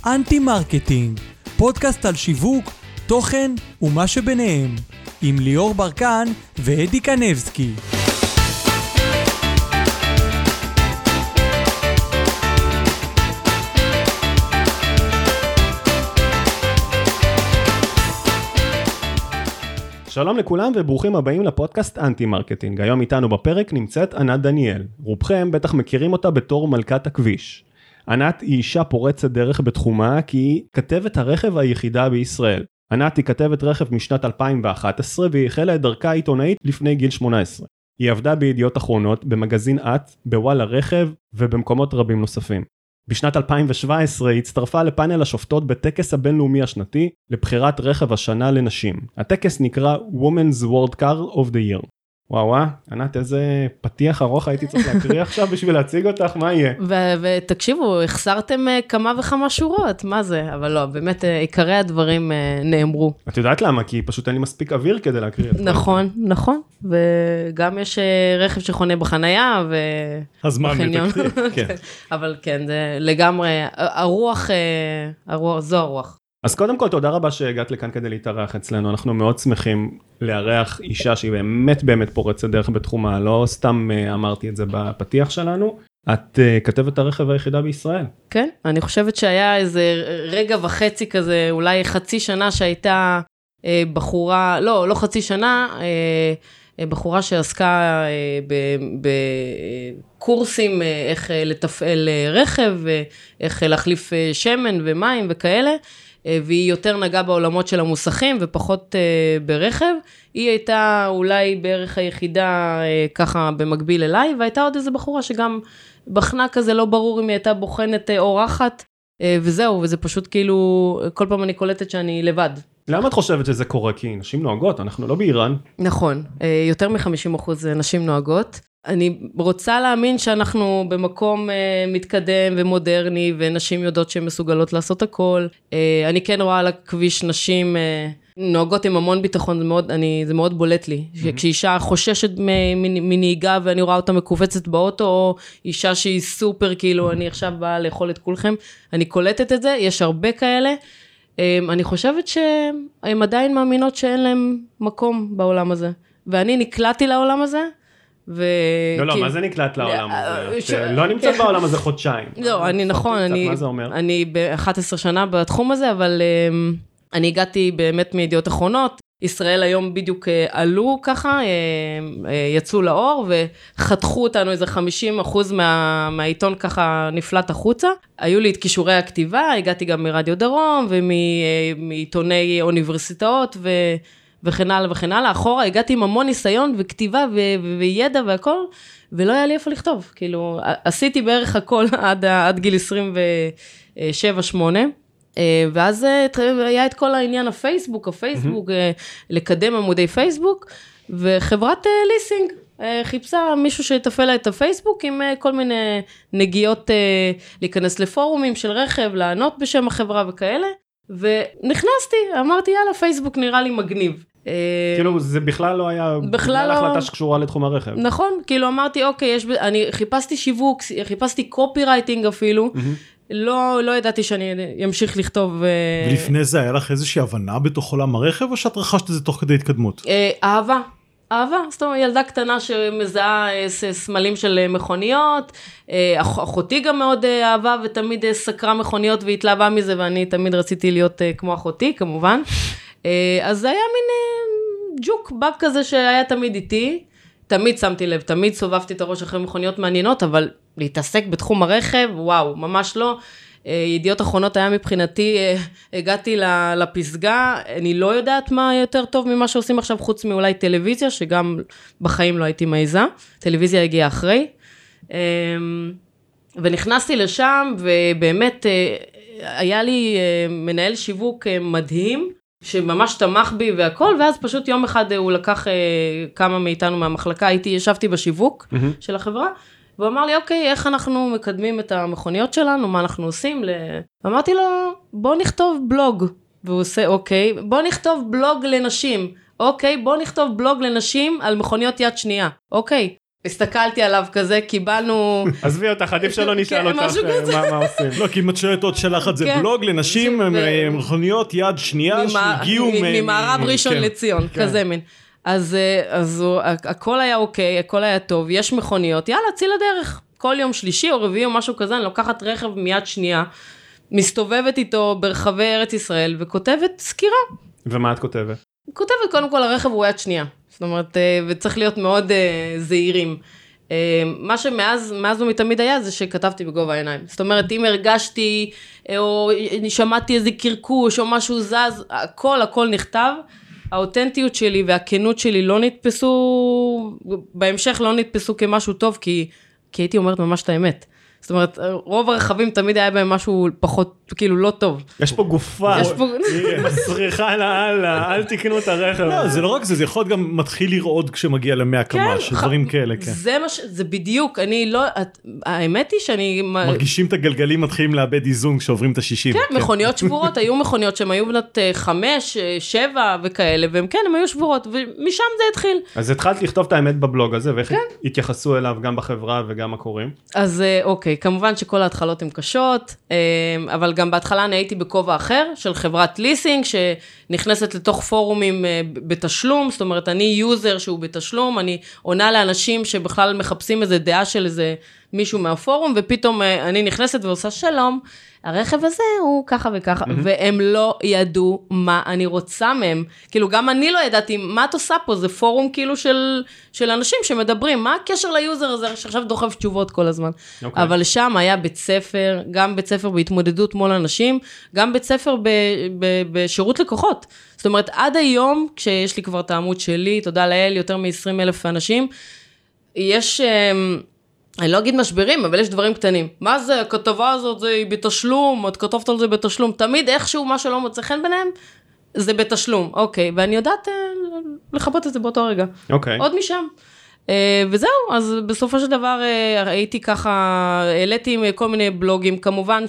אנטי מרקטינג, פודקאסט על שיווק, תוכן ומה שביניהם, עם ליאור ברקן ואדי קנבסקי. שלום לכולם וברוכים הבאים לפודקאסט אנטי מרקטינג. היום איתנו בפרק נמצאת ענת דניאל. רובכם בטח מכירים אותה בתור מלכת הכביש. ענת היא אישה פורצת דרך בתחומה כי היא כתבת הרכב היחידה בישראל. ענת היא כתבת רכב משנת 2011 והיא החלה את דרכה העיתונאית לפני גיל 18. היא עבדה בידיעות אחרונות, במגזין את, בוואלה רכב ובמקומות רבים נוספים. בשנת 2017 היא הצטרפה לפאנל השופטות בטקס הבינלאומי השנתי לבחירת רכב השנה לנשים. הטקס נקרא Women's World Car of the Year. וואו, ענת, איזה פתיח ארוך הייתי צריך להקריא עכשיו בשביל להציג אותך, מה יהיה? ותקשיבו, החסרתם כמה וכמה שורות, מה זה? אבל לא, באמת, עיקרי הדברים נאמרו. את יודעת למה? כי פשוט אין לי מספיק אוויר כדי להקריא את זה. נכון, נכון. וגם יש רכב שחונה בחנייה, הזמן מתקציב, כן. אבל כן, זה לגמרי, הרוח, זו הרוח. אז קודם כל, תודה רבה שהגעת לכאן כדי להתארח אצלנו. אנחנו מאוד שמחים לארח אישה שהיא באמת פורצת דרך בתחומה. לא סתם אמרתי את זה בפתיח שלנו. את כתבת הרכב היחידה בישראל. כן, אני חושבת שהיה איזה רגע וחצי כזה, אולי חצי שנה שהייתה בחורה, לא חצי שנה, בחורה שעסקה בקורסים איך לתפעל רכב, איך להחליף שמן ומים וכאלה. והיא יותר נגעה בעולמות של המוסכים ופחות ברכב. היא הייתה אולי בערך היחידה ככה במקביל אליי, והייתה עוד איזו בחורה שגם בחנה כזה לא ברור אם היא הייתה בוחנת אורחת, וזהו, וזה פשוט כאילו, כל פעם אני קולטת שאני לבד. למה את חושבת שזה קורה? כי נשים נוהגות, אנחנו לא באיראן. נכון, יותר מ-50% נשים נוהגות. אני רוצה להאמין שאנחנו במקום מתקדם ומודרני, ונשים יודעות שהן מסוגלות לעשות הכל. אני כן רואה על הכביש נשים נוהגות עם המון ביטחון, זה מאוד בולט לי. כשאישה חוששת מנהיגה, ואני רואה אותה מקובצת באוטו, או אישה שהיא סופר, כאילו אני עכשיו באה לאכול את כולכם, אני קולטת את זה, יש הרבה כאלה. אני חושבת שהן עדיין מאמינות שאין להם מקום בעולם הזה. ואני נקלעתי לעולם הזה, לא, מה זה נקלט לעולם הזה? לא נמצאת בעולם הזה חודשיים. לא, נכון, אני ב-11 שנה בתחום הזה, אבל אני הגעתי באמת מידיעות אחרונות, ישראל היום בדיוק עלו ככה, יצאו לאור, וחתכו אותנו איזה 50% מהעיתון ככה נפלט החוצה. היו לי את כישורי הכתיבה, הגעתי גם מרדיו דרום, ומעיתוני אוניברסיטאות, וכן הלאה וכן הלאה, אחורה הגעתי עם המון ניסיון וכתיבה וידע והכל, ולא היה לי איפה לכתוב, כאילו, עשיתי בערך הכל עד גיל 27-8, ואז היה את כל העניין הפייסבוק, לקדם עמודי פייסבוק, וחברת ליסינג חיפשה מישהו שיתפעל את הפייסבוק, עם כל מיני נגיעות להיכנס לפורומים של רכב, לענות בשם החברה וכאלה, ונכנסתי, אמרתי, יאללה, פייסבוק נראה לי מגניב. כאילו, זה בכלל לא היה, בכלל החלטה שקשורה לתחום הרכב. נכון, כאילו אמרתי, אוקיי, אני חיפשתי שיווק, חיפשתי קופי רייטינג אפילו, לא ידעתי שאני אמשיך לכתוב. ולפני זה היה לך איזושהי הבנה בתוך עולם הרכב, או שאת רכשת את זה תוך כדי התקדמות? אהבה, זאת אומרת, ילדה קטנה שמזהה סמלים של מכוניות, אחותי גם מאוד אהבה ותמיד סקרה מכוניות והתלהבה מזה, ואני תמיד רציתי להיות כמו אחותי, כמובן. אז זה היה מין ג'וק בב כזה שהיה תמיד איתי, תמיד שמתי לב, תמיד סובבתי את הראש אחרי מכוניות מעניינות, אבל להתעסק בתחום הרכב, וואו, ממש לא. ידיעות אחרונות היה מבחינתי, הגעתי לפסגה, אני לא יודעת מה יותר טוב ממה שעושים עכשיו, חוץ מאולי טלוויזיה, שגם בחיים לא הייתי מעיזה, טלוויזיה הגיעה אחרי, ונכנסתי לשם, ובאמת היה לי מנהל שיווק מדהים, שממש תמך בי והכל, ואז פשוט יום אחד הוא לקח כמה מאיתנו מהמחלקה, ישבתי בשיווק של החברה, והוא אמר לי, אוקיי, איך אנחנו מקדמים את המכוניות שלנו, מה אנחנו עושים? אמרתי לו, בוא נכתוב בלוג. והוא עושה, אוקיי, בוא נכתוב בלוג לנשים. אוקיי, בוא נכתוב בלוג לנשים על מכוניות יד שנייה. אוקיי, הסתכלתי עליו כזה, קיבלנו... עזבי אותך, עדיף שלא נשאל אותך מה עושים. לא, כי אם את שואלת עוד שלחת זה בלוג לנשים, מכוניות יד שנייה שהגיעו... ממערב ראשון לציון, כזה מין. אז הכל היה אוקיי, הכל היה טוב, יש מכוניות, יאללה, צאי לדרך. כל יום שלישי או רביעי או משהו כזה, אני לוקחת רכב מיד שנייה, מסתובבת איתו ברחבי ארץ ישראל, וכותבת סקירה. ומה את כותבת? כותבת קודם כל, הרכב הוא יד שנייה. זאת אומרת, וצריך להיות מאוד זהירים. מה שמאז ומתמיד היה, זה שכתבתי בגובה העיניים. זאת אומרת, אם הרגשתי, או שמעתי איזה קרקוש, או משהו זז, הכל נכתב. האותנטיות שלי והכנות שלי לא נתפסו, בהמשך לא נתפסו כמשהו טוב, כי הייתי אומרת ממש את האמת. זאת אומרת, רוב הרכבים תמיד היה בהם משהו פחות, כאילו לא טוב. יש פה גופה, היא מסריחה לאללה, אל תקנו את הרכב. לא, זה לא רק זה, זה יכול להיות גם מתחיל לרעוד כשמגיע ל100 קמ"ש, דברים כאלה, כן. זה בדיוק, אני לא, האמת היא שאני... מרגישים את הגלגלים מתחילים לאבד איזון כשעוברים את ה-60. כן, מכוניות שבורות, היו מכוניות שהן היו בנות 5, 7 וכאלה, והם כן, הם היו שבורות, ומשם זה התחיל. אז התחלת לכתוב את האמת בבלוג הזה, ואיך התייחסו אליו גם בחברה וגם הקוראים? אז אוקיי, כמובן שכל ההתחלות הן קשות, אבל גם בהתחלה אני הייתי בכובע אחר, של חברת ליסינג, שנכנסת לתוך פורומים בתשלום, זאת אומרת, אני יוזר שהוא בתשלום, אני עונה לאנשים שבכלל מחפשים איזה דעה של איזה מישהו מהפורום, ופתאום אני נכנסת ועושה שלום, הרכב הזה הוא ככה וככה, והם לא ידעו מה אני רוצה מהם, כאילו גם אני לא ידעתי, מה את עושה פה, זה פורום כאילו של אנשים שמדברים, מה הקשר ליוזר הזה, שעכשיו דוחף תשובות כל הזמן, אבל שם היה בית ספר, גם בית ספר בהתמודדות מול אנשים, גם בית ספר בשירות לקוחות, זאת אומרת, עד היום, כשיש לי כבר את העמוד שלי, תודה לאל, יותר מ-20,000 אנשים, יש... אני לא אגיד משברים, אבל יש דברים קטנים. מה זה? הכתבה הזאת זה בתשלום, את כתבת על זה בתשלום. תמיד איכשהו מה שלא מוצא חן ביניהם, זה בתשלום. אוקיי, ואני יודעת לחפות את זה באותו רגע. אוקיי. עוד משם. וזהו, אז בסופו של דבר הייתי ככה, העליתי כל מיני בלוגים, כמובן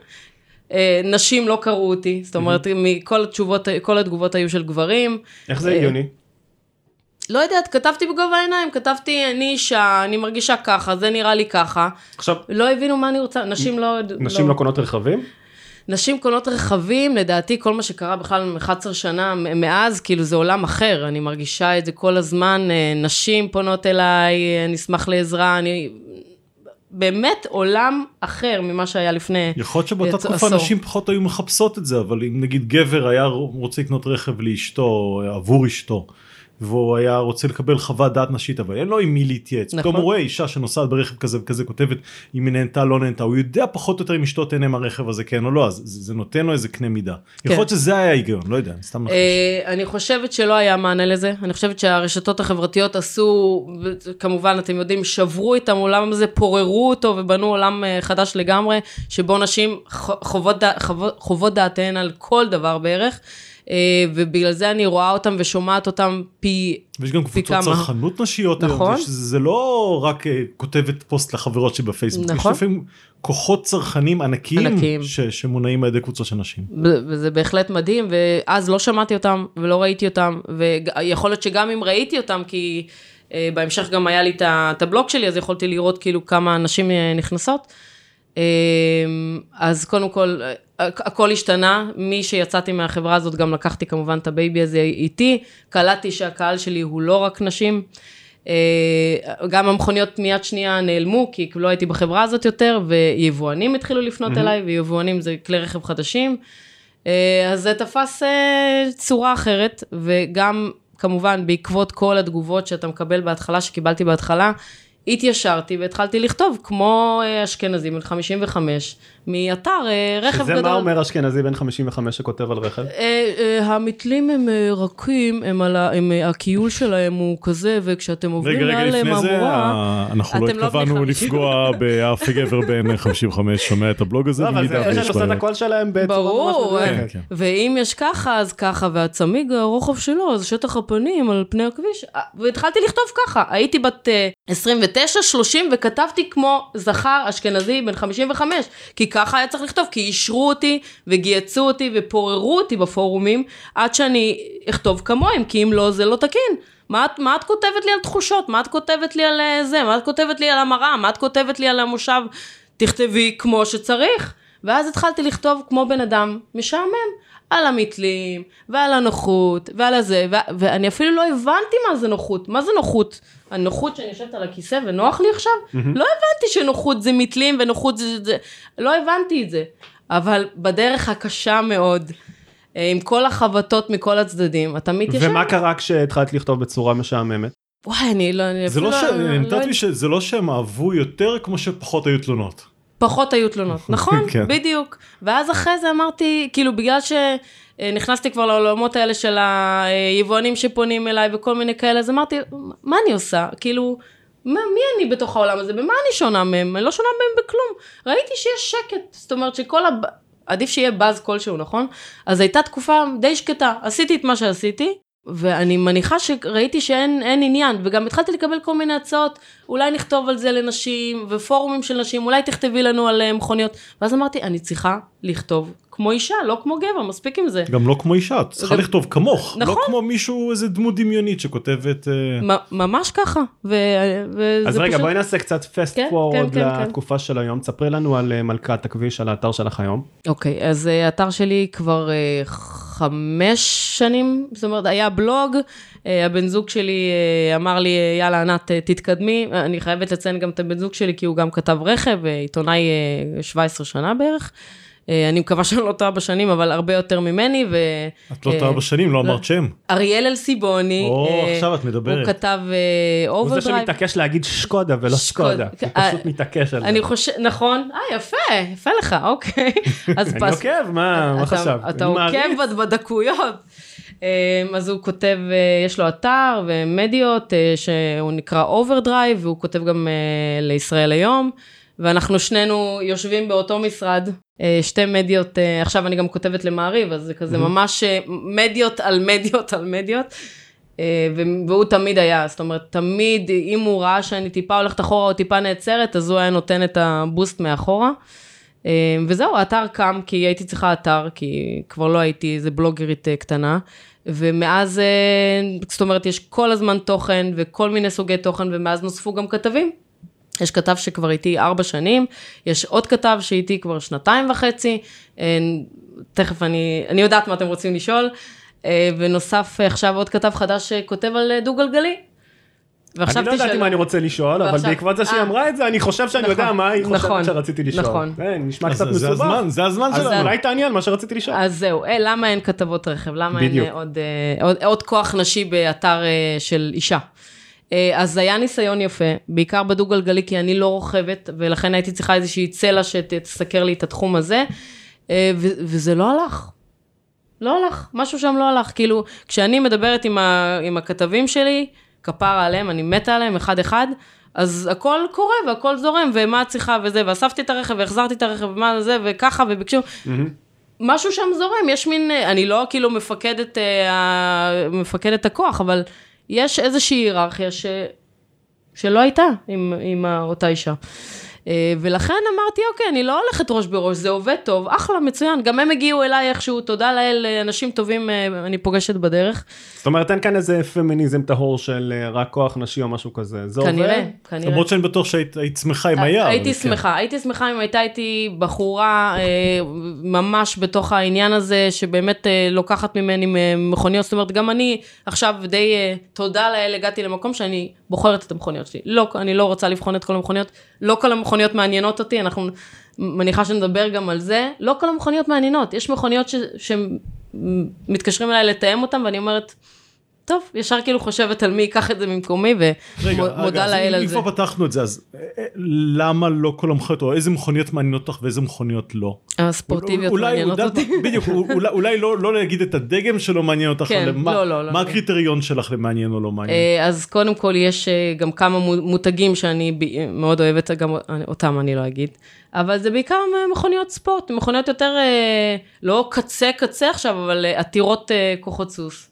שנשים לא קראו אותי, זאת אומרת, כל התגובות היו של גברים. איך זה הגיוני? לא יודעת, כתבתי בגובה העיניים, כתבתי אני אישה, אני מרגישה ככה, זה נראה לי ככה. עכשיו... לא הבינו מה אני רוצה, נשים לא... נשים לא קונות רכבים? נשים קונות רכבים, לדעתי כל מה שקרה בכלל 11 שנה מאז, כאילו זה עולם אחר, אני מרגישה את זה כל הזמן, נשים פונות אליי, אני אשמח לעזרה, אני... באמת עולם אחר ממה שהיה לפני עשור. יכול להיות שבאותה תקופה נשים פחות היו מחפשות את זה, אבל אם נגיד גבר היה רוצה לקנות רכב לאשתו, עבור אשתו, והוא היה רוצה לקבל חוות דעת נשית, אבל אין לו עם מי להתייעץ. פתאום הוא רואה אישה שנוסעת ברכב כזה וכזה, כותבת אם היא נהנתה, לא נהנתה, הוא יודע פחות או יותר אם אשתו תהנה מהרכב הזה, כן או לא, אז זה נותן לו איזה קנה מידה. יכול להיות שזה היה היגיון, לא יודע, אני סתם מחש. אני חושבת שלא היה מענה לזה, אני חושבת שהרשתות החברתיות עשו, כמובן אתם יודעים, שברו את העולם הזה, פוררו אותו ובנו עולם חדש לגמרי, שבו נשים חוות דעתן על כל דבר בערך, ובגלל זה אני רואה אותם ושומעת אותם פי כמה. ויש גם קבוצות צרכנות נשיות. נכון. זה לא רק כותבת פוסט לחברות שבפייסבוק. נכון. יש לפעמים כוחות צרכנים ענקיים. שמונעים על ידי קבוצות של נשים. וזה בהחלט מדהים, ואז לא שמעתי אותם ולא ראיתי אותם, ויכול להיות שגם אם ראיתי אותם, כי בהמשך גם היה לי את הבלוג שלי, אז יכולתי לראות כאילו כמה נשים נכנסות. אז קודם כל, הכל השתנה, מי שיצאתי מהחברה הזאת, גם לקחתי כמובן את הבייבי הזה איתי, קלטתי שהקהל שלי הוא לא רק נשים, גם המכוניות מיד שנייה נעלמו, כי לא הייתי בחברה הזאת יותר, ויבואנים התחילו לפנות אליי, ויבואנים זה כלי רכב חדשים, אז זה תפס צורה אחרת, וגם כמובן בעקבות כל התגובות שאתה מקבל בהתחלה, שקיבלתי בהתחלה, התיישרתי והתחלתי לכתוב, כמו אשכנזי בן 55, מאתר רכב גדול. שזה מה אומר אשכנזי בן 55 שכותב על רכב? המתלים הם רכים, הכיול שלהם הוא כזה, וכשאתם עוברים מעל מהמורה, אנחנו לא התכוונו לפגוע באף גבר בן 55, שומע את הבלוג הזה, לא, אבל זה שאני עושה את הקול שלהם בצורה ממש מדויקת. ואם יש ככה, אז ככה, והצמיג הרוחב שלו, זה שטח הפנים על פני הכביש, והתחלתי לכתוב ככה, הייתי בת 29, 30, וכתבתי כמו זכר אשכנזי בן 55, כי ככה היה צריך לכתוב, כי אישרו אותי, וגייצו אותי, ופוררו אותי בפורומים, עד שאני אכתוב כמוהם, כי אם לא, זה לא תקין. מה את כותבת לי על תחושות? מה את כותבת לי על זה? מה את כותבת לי על המראה? מה את כותבת לי על המושב? תכתבי כמו שצריך. ואז התחלתי לכתוב כמו בן אדם משעמם, על המתלים, ועל הנוחות, ועל הזה, ואני אפילו לא הבנתי מה זה נוחות. מה זה נוחות? הנוחות שאני יושבת על הכיסא ונוח לי עכשיו? לא הבנתי שנוחות זה מתלים ונוחות זה... לא הבנתי את זה. אבל בדרך הקשה מאוד, עם כל החבטות מכל הצדדים, אתה מתיישב. ומה קרה כשהתחלת לכתוב בצורה משעממת? וואי, אני נתתי שזה לא שהם אהבו יותר כמו שפחות היו תלונות. פחות היו תלונות, נכון? בדיוק. ואז אחרי זה אמרתי, כאילו בגלל שנכנסתי כבר לעולמות האלה של היבואנים שפונים אליי וכל מיני כאלה, אז אמרתי, מה אני עושה? כאילו, מי אני בתוך העולם הזה? במה אני שונה מהם? אני לא שונה מהם בכלום. ראיתי שיש שקט, זאת אומרת עדיף שיהיה באז כלשהו, נכון? אז הייתה תקופה די שקטה, עשיתי את מה שעשיתי, ואני מניחה שראיתי שאין עניין, וגם התחלתי לקבל כל מיני הצעות, אולי נכתוב על זה לנשים, ופורומים של נשים, אולי תכתבי לנו על מכוניות, ואז אמרתי, אני צריכה לכתוב כמו אישה, לא כמו גבר, מספיק עם זה. גם לא כמו אישה, צריכה לכתוב כמוך, לא כמו מישהו, איזה דמות דמיונית שכותבת... ממש ככה. אז רגע, בואי נעשה קצת פסט פורוד לתקופה של היום, תספרי לנו על מלכת הכביש, על האתר שלך היום. אוקיי, אז האתר שלי כבר 5 שנים, זאת אומרת, היה בלוג, הבן זוג שלי אמר לי, יאללה ענת, תתקדמי, אני חייבת לציין גם את הבן זוג שלי, כי הוא גם כתב רכב, עיתונאי 17 שנה בערך, אני מקווה שאני לא טועה בשנים, אבל הרבה יותר ממני, את לא טועה בשנים, לא אמרת שם. אריאל אלסיבוני, עכשיו את מדברת. הוא כתב אוברדרייב. הוא זה שמתעקש להגיד שקודה ולא סקודה, הוא פשוט מתעקש על זה. אני חושב, נכון, יפה לך, אוקיי. אני עוקב, מה חשב? אתה עוקב בדקויות. אז הוא כותב, יש לו אתר ומדיות, שהוא נקרא אוברדרייב, והוא כותב גם לישראל היום, ואנחנו שנינו יושבים באותו משרד, 2 מדיות, עכשיו אני גם כותבת למעריב, אז זה כזה ממש מדיות על מדיות על מדיות, והוא תמיד היה, זאת אומרת, תמיד, אם הוא ראה שאני טיפה הולכת אחורה או טיפה נעצרת, אז הוא היה נותן את הבוסט מאחורה, וזהו, האתר קם, כי הייתי צריכה אתר, כי כבר לא הייתי איזה בלוגרית קטנה, ומאז, זאת אומרת, יש כל הזמן תוכן, וכל מיני סוגי תוכן, ומאז נוספו גם כתבים, יש כתב שכבר איתי 4 שנים, יש עוד כתב שאיתי כבר 2.5, תכף אני יודעת מה אתם רוצים לשאול, ונוסף עכשיו עוד כתב חדש שכותב על דו-גלגלי. אני לא ידעתי מה אני רוצה לשאול, אבל בעקבות זה שהיא אמרה את זה, אני חושב שאני יודע מה היא חושבת שרציתי לשאול. נכון. נשמע קצת מסובך. זה הזמן שלנו. אולי תעניין מה שרציתי לשאול. אז זהו, למה אין כתבות רכב? למה אין עוד כוח נשי באתר של אישה? אז היה ניסיון יפה, בעיקר בדו-גלגלי, כי אני לא רוכבת, ולכן הייתי צריכה איזושהי צלע שתסקר לי את התחום הזה, וזה לא הלך. לא הלך, משהו שם לא הלך. כאילו, כשאני מדברת עם הכתבים שלי, כפרה עליהם, אני מתה עליהם, אחד, אז הכל קורה והכל זורם, ומה צריכה וזה, ואספתי את הרכב, והחזרתי את הרכב, ומה זה, וככה, וביקשו. משהו שם זורם, יש מין, אני לא כאילו מפקדת הכוח, אבל יש איזושהי היררכיה שלא הייתה עם אותה אישה. ולכן אמרתי, אוקיי, אני לא הולכת ראש בראש, זה עובד טוב, אחלה, מצוין. גם הם הגיעו אליי איכשהו, תודה לאל, אנשים טובים, אני פוגשת בדרך. זאת אומרת, אין כאן איזה פמיניזם טהור של רק כוח נשי או משהו כזה. זה כנראה, עובד? כנראה. למרות שאני בטוח שהיית שמחה אם היה. הייתי שמחה אם הייתה איתי בחורה ממש בתוך העניין הזה, שבאמת לוקחת ממני מכוניות, זאת אומרת, גם אני עכשיו די תודה לאל, הגעתי למקום שאני בוחרת את המכוניות שלי. לא, אני לא רוצה לבחון את כל המכוניות, לא כל המכוניות מעניינות אותי, אנחנו מניחה שנדבר גם על זה, לא כל המכוניות מעניינות, יש מכוניות שמתקשרים אליי לתאם אותם, ואני אומרת, טוב, ישר כאילו חושבת על מי ייקח את זה ממקומי, ומודה לאל על זה. איפה פתחנו את זה, אז למה לא כל המכוניות, או איזה מכוניות מעניינות אותך, ואיזה מכוניות לא? הספורטיביות מעניינות אותי. בדיוק, אולי לא להגיד את הדגם שלא מעניין אותך, מה הקריטריון שלך למעניין או לא מעניין? אז קודם כל יש גם כמה מותגים שאני מאוד אוהבת, גם אותם אני לא אגיד, אבל זה בעיקר מכוניות ספורט, מכוניות יותר, לא קצה עכשיו, אבל עתירות כוחות סוס.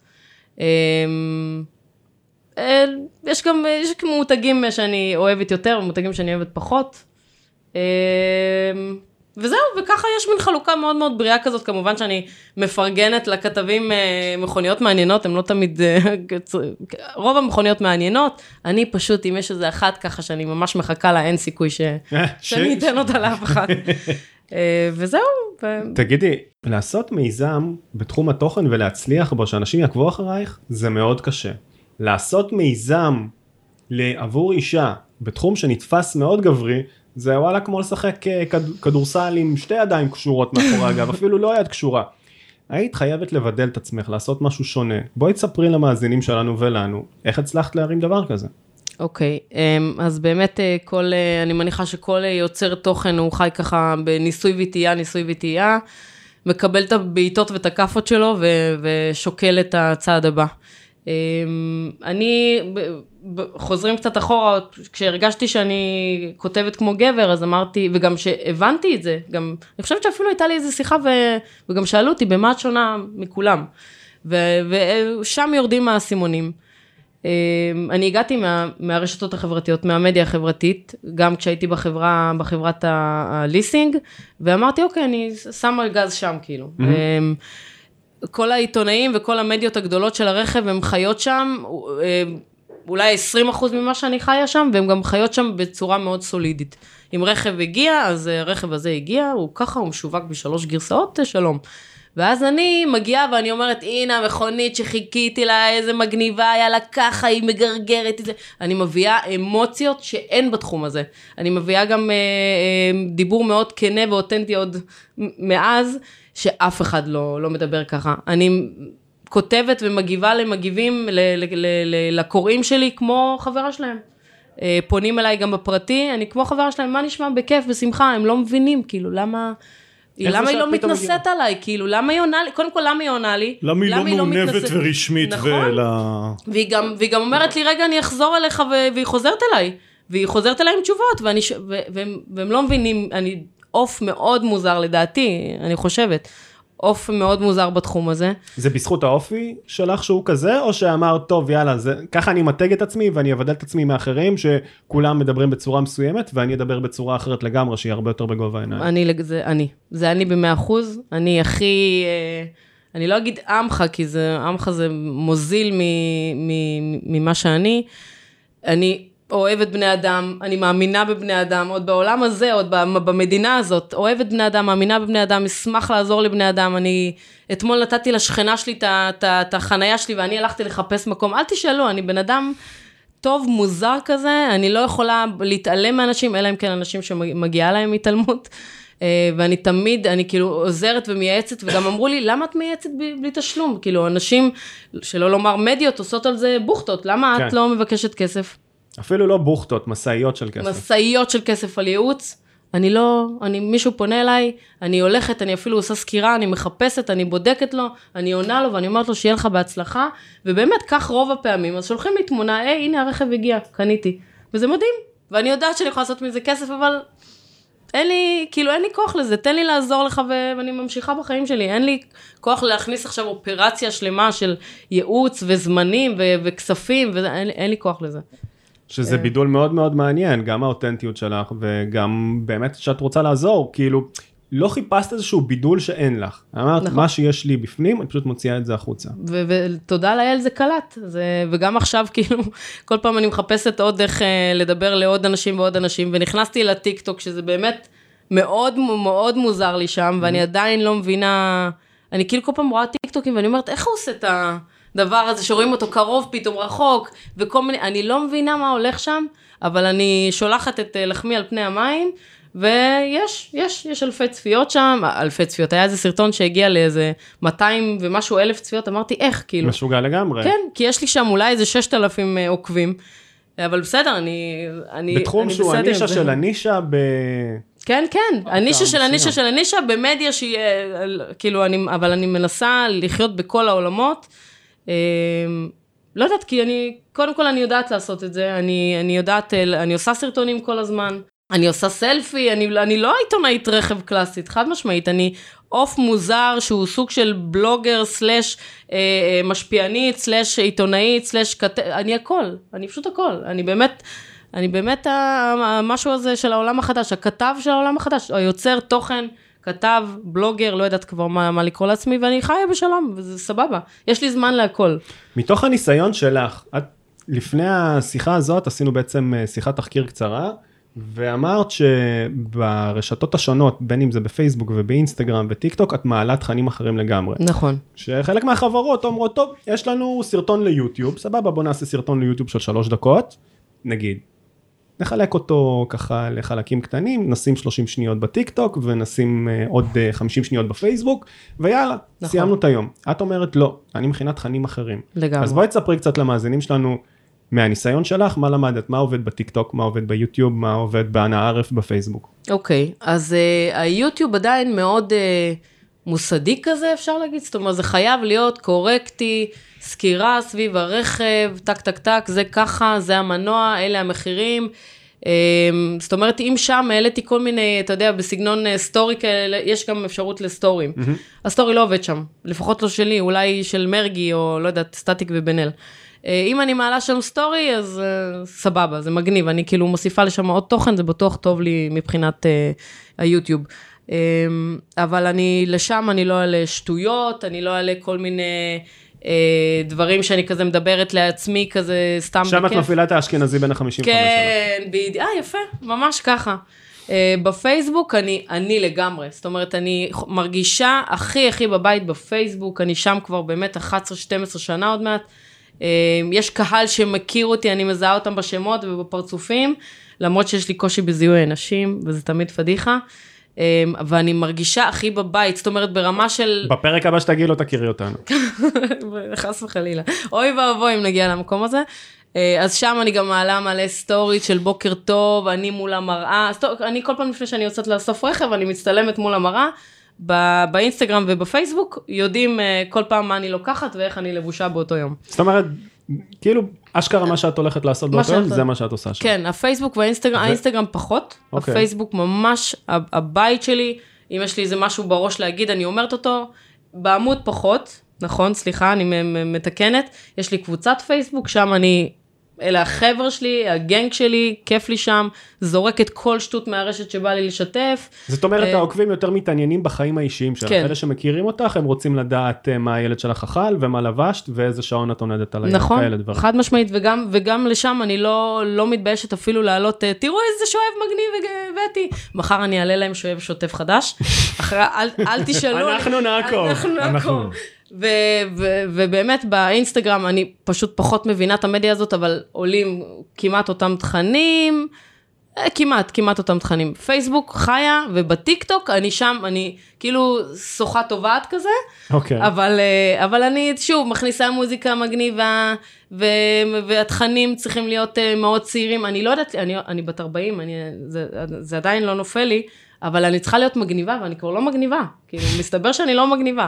יש גם מותגים שאני אוהבת יותר, ומותגים שאני אוהבת פחות. וזהו, וככה יש מין חלוקה מאוד מאוד בריאה כזאת, כמובן שאני מפרגנת לכתבים מכוניות מעניינות, הם לא תמיד, רוב המכוניות מעניינות, אני פשוט, אם יש איזה אחת ככה שאני ממש מחכה לה, אין סיכוי שאני אתן אותה לאף אחד. וזהו. תגידי, לעשות מיזם בתחום התוכן ולהצליח בו, שאנשים יעקבו אחרייך, זה מאוד קשה. לעשות מיזם עבור אישה, בתחום שנתפס מאוד גברי, זה וואלה כמו לשחק כדורסל עם שתי ידיים קשורות מאחורי הגב, אפילו לא יד קשורה. היית חייבת לבדל את עצמך, לעשות משהו שונה. בואי תספרי למאזינים שלנו ולנו, איך הצלחת להרים דבר כזה? אוקיי, אז באמת אני מניחה שכל יוצר תוכן הוא חי ככה בניסוי וטעייה, מקבל את הבעיטות ואת הכפות שלו ושוקל את הצעד הבא. אני, חוזרים קצת אחורה, כשהרגשתי שאני כותבת כמו גבר, אז אמרתי, וגם שהבנתי את זה, גם, אני חושבת שאפילו הייתה לי איזו שיחה, וגם שאלו אותי, במה את שונה מכולם? ושם יורדים מהסימונים. אני הגעתי מהרשתות החברתיות, מהמדיה החברתית, גם כשהייתי בחברת הליסינג, ואמרתי, אוקיי, אני שמה גז שם, כאילו. כל העיתונאים וכל המדיות הגדולות של הרכב, הם חיות שם, אולי 20% ממה שאני חיה שם, והם גם חיות שם בצורה מאוד סולידית. אם רכב הגיע, אז הרכב הזה הגיע, הוא ככה, הוא משווק ב3 גרסאות, שלום. ואז אני מגיעה ואני אומרת, הנה המכונית שחיכיתי לה, איזה מגניבה, היה לה ככה, היא מגרגרת את זה. אני מביאה אמוציות שאין בתחום הזה. אני מביאה גם דיבור מאוד כנה ואותנטי עוד מאז, שאף אחד לא מדבר ככה. אני כותבת ומגיבה למגיבים, לקוראים שלי, כמו חברה שלהם. פונים אליי גם בפרטי, אני כמו חברה שלהם, מה נשמע בכיף, בשמחה, הם לא מבינים, כאילו, למה היא לא מתנסית עליי, כאילו, למה היא עונה לי, קודם כל, למה היא עונה לי? למה היא לא מעונבת ורשמית, נכון, והיא גם אומרת לי, רגע, אני אחזור אליך, והיא חוזרת אליי, עם תשובות, והם לא מבינים, אני אוף מאוד מוזר לדעתי, אני חושבת, אוף מאוד מוזר בתחום הזה. זה בזכות האופי שלך שהוא כזה, או שאמר, טוב, יאללה, ככה אני מתג את עצמי, ואני אבדל את עצמי מאחרים, שכולם מדברים בצורה מסוימת, ואני אדבר בצורה אחרת לגמרי, שהיא הרבה יותר בגובה העיניים. זה אני ב100%, אני הכי, אני לא אגיד עמך, כי עמך זה מוזיל ממה שאני אוהבת בני אדם, אני מאמינה בבני אדם, עוד בעולם הזה, עוד במדינה הזאת, אוהבת בני אדם, מאמינה בבני אדם, אשמח לעזור לבני אדם, אתמול נתתי לשכנה שלי את החנייה שלי, ואני הלכתי לחפש מקום, אל תשאלו, אני בן אדם טוב, מוזר כזה, אני לא יכולה להתעלם מאנשים, אלא אם כן אנשים שמגיעה להם התעלמות, ואני תמיד, אני כאילו עוזרת ומייעצת, וגם אמרו לי, למה את מייעצת בלי תשלום? כאילו, אנשים, שלא לומר מדיות, עושות על זה בוכתות, למה את לא מבקשת כסף? אפילו לא בוכתות, מסעיות של כסף. מסעיות של כסף על ייעוץ. מישהו פונה אליי, אני הולכת, אני אפילו עושה סקירה, אני מחפשת, אני בודקת לו, אני עונה לו, ואני אומרת לו שיהיה לך בהצלחה, ובאמת כך רוב הפעמים, אז שולחים לי תמונה, הנה הרכב הגיע, קניתי. וזה מדהים, ואני יודעת שאני יכולה לעשות מזה כסף, אבל אין לי כוח לזה, תן לי לעזור לך, ואני ממשיכה בחיים שלי, אין לי כוח להכניס עכשיו אופרציה שלמה של ייעוץ וזמנים וכספים, ואין לי כוח לזה. שזה בידול מאוד מאוד מעניין, גם האותנטיות שלך, וגם באמת שאת רוצה לעזור, כאילו, לא חיפשת איזשהו בידול שאין לך. אמרת, מה שיש לי בפנים, אני פשוט מוציאה את זה החוצה. ותודה לאל זה קלט, וגם עכשיו, כאילו, כל פעם אני מחפשת עוד איך לדבר לעוד אנשים ועוד אנשים, ונכנסתי לטיקטוק, שזה באמת מאוד מאוד מוזר לי שם, ואני עדיין לא מבינה, אני כאילו כל פעם רואה טיקטוקים, ואני אומרת, איך הוא עושה את הדבר הזה, שרואים אותו קרוב, פתאום רחוק, וכל מיני, אני לא מבינה מה הולך שם, אבל אני שולחת את לחמי על פני המים, ויש אלפי צפיות שם, אלפי צפיות, היה איזה סרטון שהגיע לאיזה 200 ומשהו אלף צפיות, אמרתי איך, כאילו. משוגע לגמרי. כן, כי יש לי שם אולי איזה 6,000 עוקבים, אבל בסדר, אני בתחום שהוא הנישה של הנישה כן, כן, הנישה של הנישה של הנישה, במדיה שהיא, כאילו, אבל אני מנסה לחיות בכל העולמות, לא יודעת, כי קודם כל אני יודעת לעשות את זה, אני יודעת, אני עושה סרטונים כל הזמן, אני עושה סלפי, אני לא עיתונאית רכב קלאסית, חד משמעית, אני אוף מוזר שהוא סוג של בלוגר סלש משפיענית סלש עיתונאית סלש אני הכל, אני פשוט הכל, אני באמת, אני באמת, המשהו הזה של העולם החדש, הכתב של העולם החדש, היוצר תוכן, כתב, בלוגר, לא יודעת כבר מה לקרוא לעצמי, ואני חיה בשלום, וזה סבבה. יש לי זמן להכל. מתוך הניסיון שלך, לפני השיחה הזאת, עשינו בעצם שיחת תחקיר קצרה, ואמרת שברשתות השונות, בין אם זה בפייסבוק ובאינסטגרם וטיק טוק, את מעלה תכנים אחרים לגמרי. נכון. שחלק מהחברות אומרות, טוב, יש לנו סרטון ליוטיוב, סבבה, בוא נעשה סרטון ליוטיוב של 3 דקות, נגיד. נחלק אותו ככה לחלקים קטנים, נשים 30 שניות בטיק טוק, ונשים עוד 50 שניות בפייסבוק, ויאללה, נכון. סיימנו את היום. את אומרת, לא, אני מכינה תכנים אחרים. לגמרי. אז בואי תספרי קצת למאזינים שלנו, מהניסיון שלך, מה למדת, מה עובד בטיק טוק, מה עובד ביוטיוב, מה עובד באנה ערף בפייסבוק. אוקיי, אז היוטיוב עדיין מאוד מוסדי כזה, אפשר להגיד, זאת אומרת, זה חייב להיות קורקטי, סקירה סביב הרכב, טק טק טק, זה ככה, זה המנוע, אלה המחירים, זאת אומרת, אם שם העליתי כל מיני, אתה יודע, בסגנון סטורי כאלה, יש גם אפשרות לסטורים. הסטורי לא עובד שם, לפחות לא שלי, אולי של מרגי, או לא יודעת, סטטיק ובן-אל. אם אני מעלה שם סטורי, אז סבבה, זה מגניב, אני כאילו מוסיפה לשם עוד תוכן, זה בטוח טוב לי מבחינת היוטיוב. אבל לשם אני לא אעלה שטויות, אני לא אעלה כל מיני דברים שאני כזה מדברת לעצמי, כזה סתם בכיף. שם את מפעילה את האשכנזי בין ה-55 שלך. כן, יפה, ממש ככה. בפייסבוק אני לגמרי, זאת אומרת, אני מרגישה הכי בבית בפייסבוק, אני שם כבר באמת 11-12 שנה עוד מעט, יש קהל שמכיר אותי, אני מזהה אותם בשמות ובפרצופים, למרות שיש לי קושי בזיהוי אנשים, וזה תמיד פדיחה, ואני מרגישה הכי בבית, זאת אומרת ברמה של... בפרק הבא שתגיעי לא תכירי אותנו. חס וחלילה. אוי ואבוי אם נגיע למקום הזה. אז שם אני גם מעלה מלא סטורית של בוקר טוב, אני מול המראה, אני כל פעם לפני שאני יוצאת לאסוף רכב, אני מצטלמת מול המראה, באינסטגרם ובפייסבוק, יודעים כל פעם מה אני לוקחת ואיך אני לבושה באותו יום. זאת אומרת, כאילו, אשכרה מה שאת הולכת לעשות באותו יום, זה מה שאת עושה שם. כן, הפייסבוק והאינסטגרם, האינסטגרם פחות, הפייסבוק ממש הבית שלי, אם יש לי איזה משהו בראש להגיד, אני אומרת אותו, בעמוד פחות, נכון, סליחה, אני מתקנת, יש לי קבוצת פייסבוק, שם אלה החבר שלי, הגנג שלי, כיף לי שם, זורק את כל שטות מהרשת שבא לי לשתף. זאת אומרת, העוקבים יותר מתעניינים בחיים האישיים שלך. אלה שמכירים אותך, הם רוצים לדעת מה הילד שלך אכל, ומה לבשת, ואיזה שעון את עונדת על הילד. נכון, חד משמעית, וגם לשם אני לא מתביישת אפילו לעלות, תראו איזה שואב מגניב הבאתי. מחר אני אעלה להם שואב שוטף חדש. אל תשאלו. אנחנו נעקוב. ובאמת באינסטגרם אני פשוט פחות מבינה את המדיה הזאת, אבל עולים כמעט אותם תכנים, כמעט אותם תכנים. פייסבוק חיה, ובטיק טוק אני שם, אני כאילו שוחה טובעת כזה, אבל אני שוב מכניסה מוזיקה מגניבה, והתכנים צריכים להיות מאוד צעירים, אני לא יודעת, אני בת 40, זה עדיין לא נופל לי, אבל אני צריכה להיות מגניבה, ואני כבר לא מגניבה, כאילו מסתבר שאני לא מגניבה.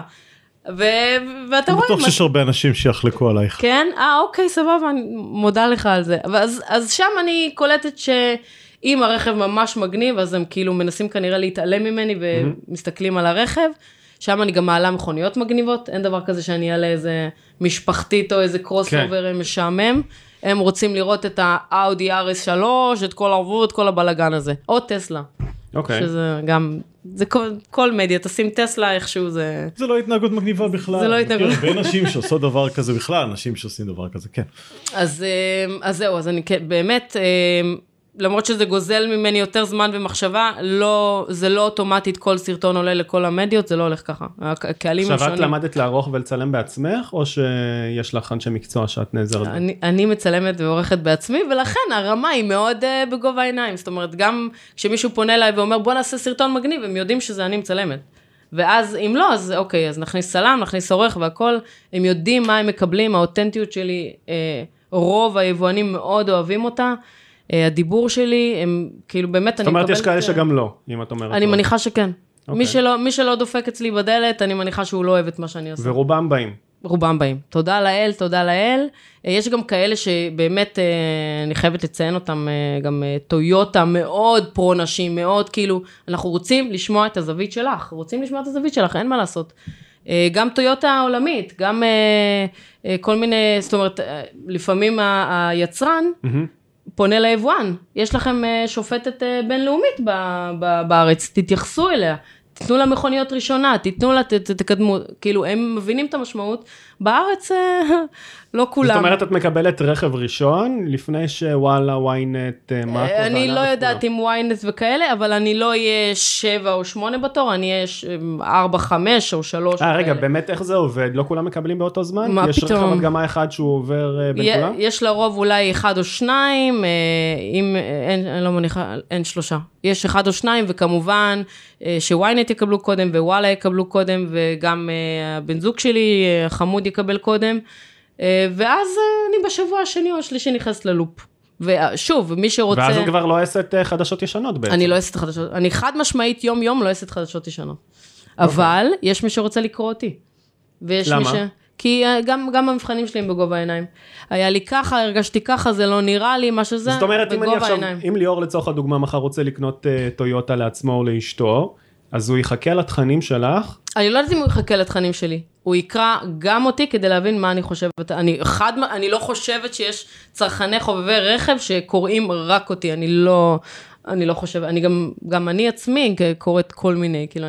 ואתה רואה... בטוח שיש הרבה אנשים שיחלקו עלייך. כן? אוקיי, סבבה, אני מודה לך על זה. אז שם אני קולטת שאם הרכב ממש מגניב, אז הם כאילו מנסים כנראה להתעלם ממני ומסתכלים על הרכב. שם אני גם מעלה מכוניות מגניבות. אין דבר כזה שאני אעלה איזה משפחתית או איזה קרוס אובר משעמם. הם רוצים לראות את האאודי RS3, את כל הערבות, כל הבלגן הזה. או טסלה. אוקיי. שזה גם... זה כל מדיה, תשים טסלה איכשהו זה... זה לא התנהגות מגניבה בכלל. זה לא התנהגות. בין אנשים שעושות דבר כזה בכלל, אנשים שעושים דבר כזה, כן. אז זהו, אז אני באמת, למרות שזה גוזל ממני יותר זמן ומחשבה, זה לא אוטומטית כל סרטון עולה לכל המדיות, זה לא הולך ככה. הקהלים הם שונים. עכשיו את למדת לערוך ולצלם בעצמך, או שיש לך אנשי מקצוע שאת נעזרת? אני מצלמת ועורכת בעצמי, ולכן הרמה היא מאוד בגובה העיניים. זאת אומרת, גם כשמישהו פונה אליי ואומר, בוא נעשה סרטון מגניב, הם יודעים שזה אני מצלמת. ואז אם לא, אז אוקיי, אז נכניס צלם, נכניס עורך והכל, הם יודעים מה הם מקבלים, האותנטיות שלי, רוב היבואנים מאוד אוהבים אותה, הדיבור שלי, הם כאילו באמת... זאת אומרת, יש כאלה שגם לא, אם את אומרת. אני מניחה שכן. מי שלא דופק אצלי בדלת, אני מניחה שהוא לא אוהב את מה שאני עושה. ורובם באים. רובם באים. תודה לאל, תודה לאל. יש גם כאלה שבאמת, אני חייבת לציין אותם, גם טויוטה מאוד פרו-נשים, מאוד כאילו, אנחנו רוצים לשמוע את הזווית שלך, אין מה לעשות. גם טויוטה העולמית, גם כל מיני, זאת אומרת, לפעמים היצרן, פונה ליבואן, יש לכם שופטת בינלאומית בארץ, תתייחסו אליה, תתנו לה מכוניות ראשונה, תתנו לה, תקדמו, כאילו הם מבינים את המשמעות, בארץ לא כולם. זאת אומרת, את מקבלת רכב ראשון, לפני שוואלה, וויינט, מאקו, אני לא יודעת אם וויינט וכאלה, אבל אני לא אהיה 7 או 8 בתור, אני אהיה 4, 5 או 3. רגע, באמת איך זה עובד? לא כולם מקבלים באותו זמן? מה יש פתאום? רכב הדגמה אחד שהוא עובר בין כולם? יש לרוב אולי 1 או 2, אם אני לא מניחה, אין 3. יש 1 או 2, וכמובן שוויינט יקבלו קודם, ווואלה יקבלו קודם, וגם הבן זוג שלי, חמוד יקבל קודם, ואז אני בשבוע השני או השלישי נכנס ללופ. ושוב, מי שרוצה... ואז את כבר לא עשית חדשות ישנות בעצם. אני לא עשית חדשות, אני חד משמעית יום לא עשית חדשות ישנות. אבל יש מי שרוצה לקרוא אותי. למה? כי גם המבחנים שלי הם בגובה העיניים. היה לי ככה, הרגשתי ככה, זה לא נראה לי, מה שזה, זאת אומרת, בגובה העיניים. אם ליאור לצורך הדוגמה מחר רוצה לקנות טויוטה לעצמו או לאשתו, אז הוא יחכה לתכנים שלך? אני לא יודעת אם הוא יחכה לתכנים שלי. הוא יקרא גם אותי כדי להבין מה אני חושבת. אני לא חושבת שיש צרכני חובבי רכב שקוראים רק אותי. אני לא חושבת. גם אני עצמי קוראת כל מיני, כאילו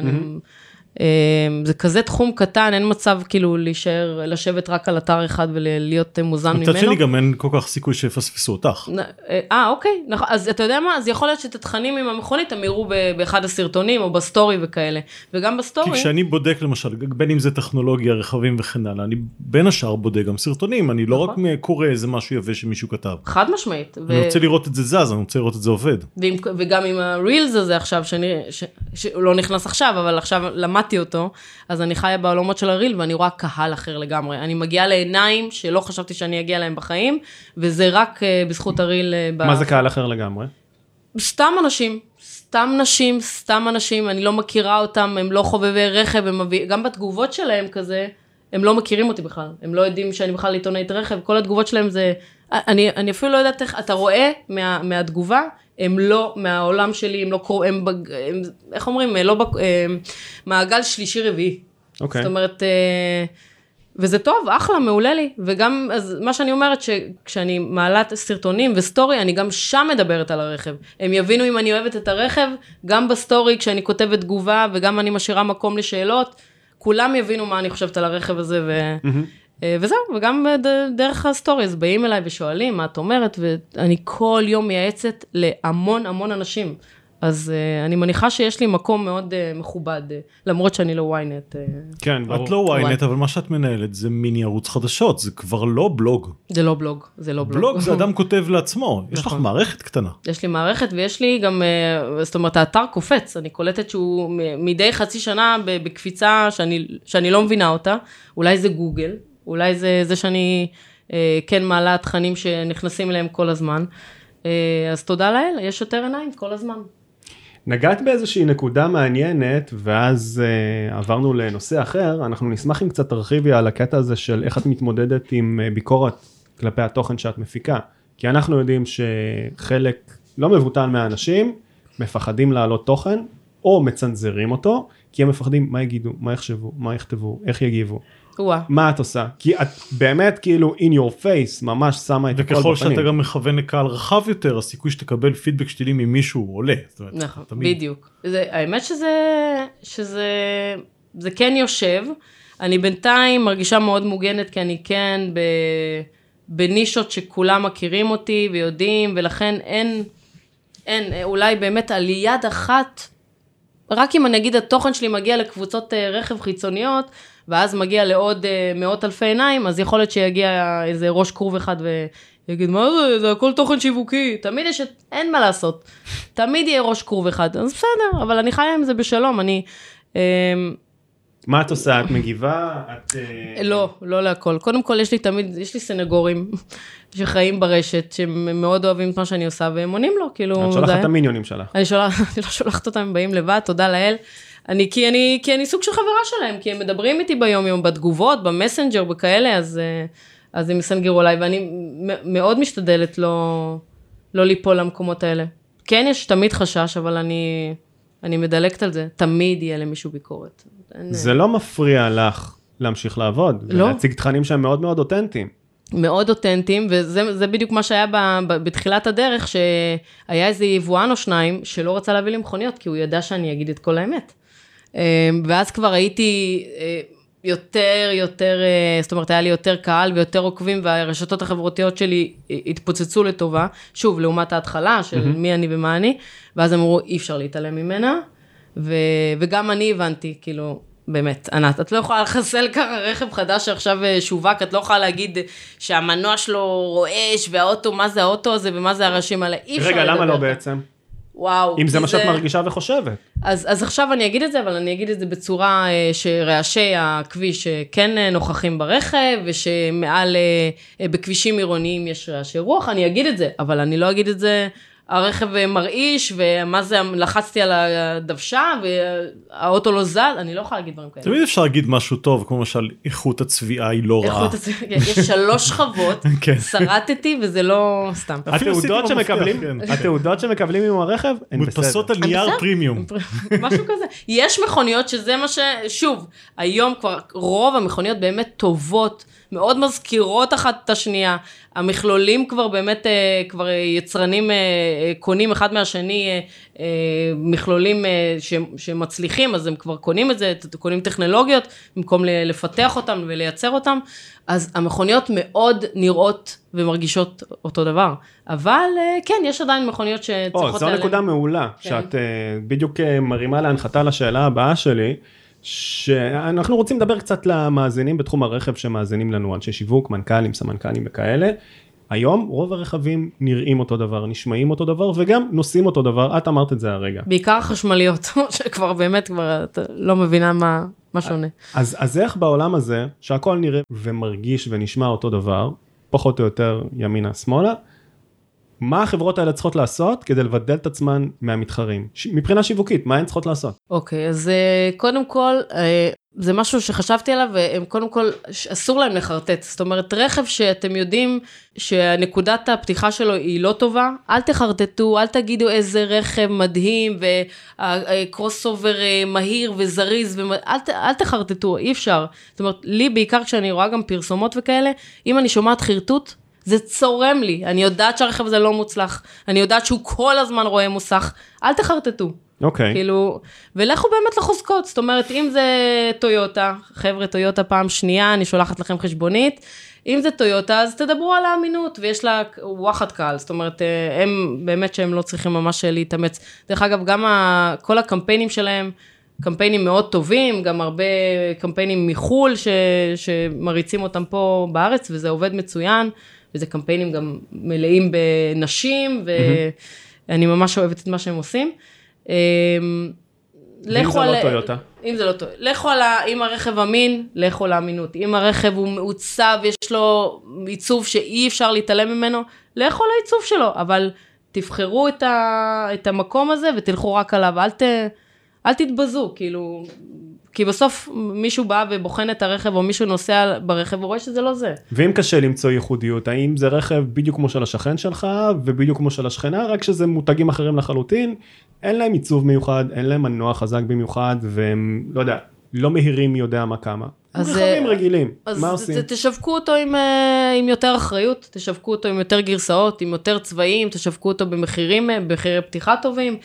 זה כזה תחום קטן, אין מצב כאילו לשבת רק על אתר אחד ולהיות מוזן ממנו. מצד שני גם אין כל כך סיכוי שיפספסו אותך. אוקיי, אז אתה יודע מה? אז יכול להיות שאת התכנים עם המכונית הם יראו באחד הסרטונים או בסטורי וכאלה. וגם בסטורי... כי כשאני בודק למשל, בין אם זה טכנולוגיה, רכבים וכן הלאה, אני בין השאר בודק גם סרטונים, אני לא רק קורא איזה משהו יפה שמישהו כתב. חד משמעית. אני רוצה לראות את זה זז, אני רוצה לראות את זה עובד. וגם עם הרילס הזה עכשיו, שהוא לא נכנס עכשיו, אבל עכשיו למדתי אותו, אז אני חיה בעולמות של הריל, ואני רואה קהל אחר לגמרי. אני מגיעה לעיניים שלא חשבתי שאני אגיע להם בחיים, וזה רק בזכות הריל. מה זה קהל אחר לגמרי? סתם אנשים, אני לא מכירה אותם, הם לא חובבי רכב, גם בתגובות שלהם כזה, הם לא מכירים אותי בכלל, הם לא יודעים שאני בכלל עיתונאית רכב, כל התגובות שלהם זה, אני אפילו לא יודעת איך, אתה רואה מהתגובה, הם לא מהעולם שלי, הם לא קוראים, איך אומרים, לא מעגל שלישי רביעי. אוקיי. זאת אומרת, וזה טוב, אחלה, מעולה לי, וגם, אז מה שאני אומרת, שכשאני מעלת סרטונים וסטורי, אני גם שם מדברת על הרכב. הם יבינו אם אני אוהבת את הרכב, גם בסטורי, כשאני כותבת תגובה, וגם אני משאירה מקום לשאלות, כולם יבינו מה אני חושבת על הרכב הזה, וזהו, וגם דרך הסטורי, אז באים אליי ושואלים מה את אומרת, ואני כל יום מייעצת להמון אנשים. אז אני מניחה שיש לי מקום מאוד מכובד, למרות שאני לא וויינט. כן, ברור. את לא וויינט, אבל מה שאת מנהלת זה מיני ערוץ חדשות, זה כבר לא בלוג. זה לא בלוג. בלוג זה אדם כותב לעצמו, יש לך מערכת קטנה. יש לי מערכת ויש לי גם, זאת אומרת, האתר קופץ, אני קולטת שהוא מדי חצי שנה בקפיצה שאני לא מבינה אותה, אולי זה גוגל, אולי זה שאני כן מעלה תכנים שנכנסים אליהם כל הזמן, אז תודה לאל, יש יותר עיניים כל הזמן. נגעת באיזושהי נקודה מעניינת, ואז עברנו לנושא אחר, אנחנו נשמח אם קצת תרחיבי על הקטע הזה של איך את מתמודדת עם ביקורת כלפי התוכן שאת מפיקה, כי אנחנו יודעים שחלק לא מבוטל מהאנשים מפחדים לעלות תוכן, או מצנזרים אותו, כי הם מפחדים מה יגידו, מה יחשבו, מה יכתבו, איך יגיבו. מה את עושה? כי את באמת כאילו in your face ממש שמה את הכל בפנים. וככל שאתה גם מכוון לקהל רחב יותר, הסיכוי שתקבל פידבק שלילי ממישהו עולה. נכון, בדיוק. האמת שזה כן יושב. אני בינתיים מרגישה מאוד מוגנת, כי אני כן בנישות שכולם מכירים אותי ויודעים, ולכן אין אולי באמת על יד אחת, רק אם אני אגיד התוכן שלי מגיע לקבוצות רכב חיצוניות, ואז מגיע לעוד מאות אלפי עיניים, אז יכול להיות שיגיע איזה ראש קרוב אחד ויגיד, מה זה הכל תוכן שיווקי, תמיד אין מה לעשות, תמיד יהיה ראש קרוב אחד, אז בסדר, אבל אני חיה עם זה בשלום, מה את עושה? את מגיבה? לא להכל. קודם כל יש לי סנגורים שחיים ברשת, שהם מאוד אוהבים את מה שאני עושה, והם עונים לו, כאילו... את שולחת את המיניונים שלך. אני לא שולחת אותם, הם באים לבד, תודה לאל. כי אני סוג של חברה שלהם, כי הם מדברים איתי ביום, בתגובות, במסנג'ר, בכאלה, אז הם יסנגרו עליי, ואני מאוד משתדלת לא ליפול למקומות האלה. כן, יש תמיד חשש, אבל אני מדלקת על זה, תמיד יהיה למישהו ביקורת. זה לא מפריע לך להמשיך לעבוד, ולהציג תכנים שהם מאוד מאוד אותנטיים. מאוד אותנטיים, וזה בדיוק מה שהיה בתחילת הדרך, שהיה איזה יבואן או שניים, שלא רצה להביא לי מכוניות, כי הוא ידע שאני אגיד את כל האמת. ואז כבר הייתי יותר, זאת אומרת, היה לי יותר קהל ויותר עוקבים, והרשתות החברותיות שלי התפוצצו לטובה, שוב, לעומת ההתחלה של מי אני ומה אני, ואז אמרו, אי אפשר להתעלם ממנה, וגם אני הבנתי, כאילו, באמת, ענת, את לא יכולה לחסל ככה רכב חדש שעכשיו שווק, את לא יכולה להגיד שהמנוע שלו רועש, והאוטו, מה זה האוטו הזה ומה זה הראשים האלה, אי אפשר לדבר. רגע, למה לא בעצם? וואו. אם זה מה שאת מרגישה וחושבת. אז עכשיו אני אגיד את זה, אבל אני אגיד את זה בצורה שרעשי הכביש כן נוכחים ברכב, ושמעל, בכבישים עירוניים יש רעשי רוח, אני אגיד את זה, אבל אני לא אגיד את זה, הרכב מרעיש, ומה זה, לחצתי על הדוושה, והאוטו לא זז, אני לא יכולה להגיד דברים כאלה. תמיד אפשר להגיד משהו טוב, כמו למשל, איכות הצביעה היא לא רעה. יש 3 שכבות, שרטתי, וזה לא סתם. התעודות שמקבלים עם הרכב, הן בסדר. מודפסות על נייר פרימיום. משהו כזה. יש מכוניות שזה מה שוב, היום כבר רוב המכוניות באמת טובות, מאוד מזכירות אחת את השנייה, המכלולים כבר באמת, כבר יצרנים קונים אחד מהשני, מכלולים שמצליחים, אז הם כבר קונים את זה, קונים טכנולוגיות, במקום לפתח אותם ולייצר אותם, אז המכוניות מאוד נראות ומרגישות אותו דבר, אבל כן, יש עדיין מכוניות שצריכות... זו נקודה מעולה, שאת בדיוק מרימה להנחתה לשאלה הבאה שלי, שאנחנו רוצים לדבר קצת למאזינים בתחום הרכב שמאזינים לנו, אנשי שיווק, מנכ"לים, סמנכ"לים וכאלה. היום רוב הרכבים נראים אותו דבר, נשמעים אותו דבר וגם נוסעים אותו דבר, את אמרת את זה הרגע. בעיקר חשמליות, שכבר באמת כבר את לא מבינה מה שונה. אז איך בעולם הזה, שהכל נראה ומרגיש ונשמע אותו דבר, פחות או יותר ימינה שמאלה, מה החברות האלה צריכות לעשות כדי לבדל את עצמן מהמתחרים? מבחינה שיווקית, מה הן צריכות לעשות? אוקיי, אז קודם כל, זה משהו שחשבתי עליו, והם קודם כל, אסור להם לחרטט. זאת אומרת, רכב שאתם יודעים שנקודת הפתיחה שלו היא לא טובה, אל תחרטטו, אל תגידו איזה רכב מדהים, והקרוס אובר מהיר וזריז, אל תחרטטו, אי אפשר. זאת אומרת, לי בעיקר כשאני רואה גם פרסומות וכאלה, אם אני שומעת חרטוט, זה צורם לי, אני יודעת שהרכב הזה לא מוצלח, אני יודעת שהוא כל הזמן רואה מוסך, אל תחרטטו. אוקיי. כאילו, ולכו באמת לחוזקות, זאת אומרת, אם זה טויוטה, חבר'ה טויוטה פעם שנייה, אני שולחת לכם חשבונית, אם זה טויוטה, אז תדברו על האמינות, ויש לה וואחד קהל, זאת אומרת, הם באמת שהם לא צריכים ממש להתאמץ. דרך אגב, גם כל הקמפיינים שלהם, קמפיינים מאוד טובים, גם הרבה קמפיינים מחול, שמריצים אותם פה בארץ, וזה עובד מצוין, וזה קמפיינים גם מלאים בנשים, ואני ממש אוהבת את מה שהם עושים. אם זה לא טויוטה. אם זה לא טויוטה. לכו על, אם הרכב אמין, לכו לאמינות. אם הרכב הוא מעוצב, יש לו עיצוב שאי אפשר להתעלם ממנו, לכו לעיצוב שלו, אבל תבחרו את המקום הזה, ותלכו רק עליו, אל תתבזו, כאילו... כי בסוף מישהו בא ובוחן את הרכב, או מישהו נוסע ברכב, ורואה שזה לא זה. ואם קשה למצוא ייחודיות, האם זה רכב בדיוק כמו של השכן שלך, ובדיוק כמו של השכנה, רק שזה מותגים אחרים לחלוטין, אין להם עיצוב מיוחד, אין להם מנוע חזק במיוחד, והם, לא יודע, לא מהירים מי יודע מה כמה. רכבים רגילים, מה עושים? אז תשווקו אותו עם יותר אחריות, תשווקו אותו עם יותר גרסאות, עם יותר צבעים, תשווקו אותו במחירי פתיחה טובים,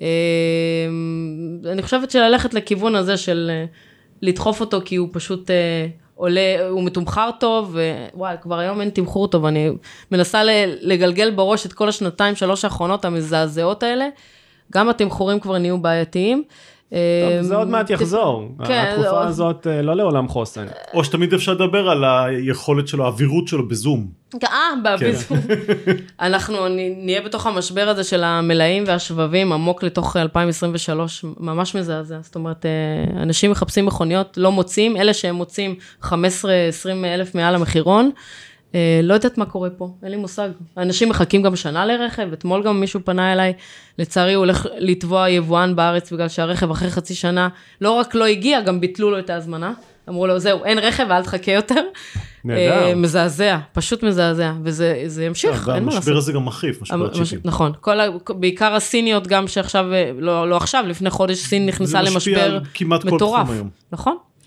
אני חושבת שללכת לכיוון הזה של לדחוף אותו, כי הוא פשוט עולה, הוא מתומחר טוב, ווואי, כבר היום אין תמחור טוב, אני מנסה לגלגל בראש את כל 2-3 האחרונות המזעזעות האלה, גם התמחורים כבר נהיו בעייתיים. טוב, זה עוד מעט יחזור, התקופה הזאת לא לעולם חוסן. או שתמיד אפשר לדבר על היכולת שלו, האווירות שלו בזום. בזום. אנחנו נהיה בתוך המשבר הזה של המלאים והשבבים, עמוק לתוך 2023, ממש מזעזע. זאת אומרת, אנשים מחפשים מכוניות, לא מוצאים, אלה שהם מוצאים 15-20 אלף מעל המחירון, לא יודעת מה קורה פה, אין לי מושג. האנשים מחכים גם שנה לרכב, אתמול גם מישהו פנה אליי, לצערי הוא הולך לתבוע יבואן בארץ, בגלל שהרכב אחרי חצי שנה, לא רק לא הגיע, גם ביטלו לו את ההזמנה, אמרו לו, זהו, אין רכב, אל תחכה יותר. מזעזע, פשוט מזעזע, וזה ימשיך, אין מה לעשות. והמשבר הזה גם מחריף, משבר צ'יפים. נכון, בעיקר הסיניות גם שעכשיו, לא עכשיו, לפני חודש סין נכנסה למשבר מטורף. נכון?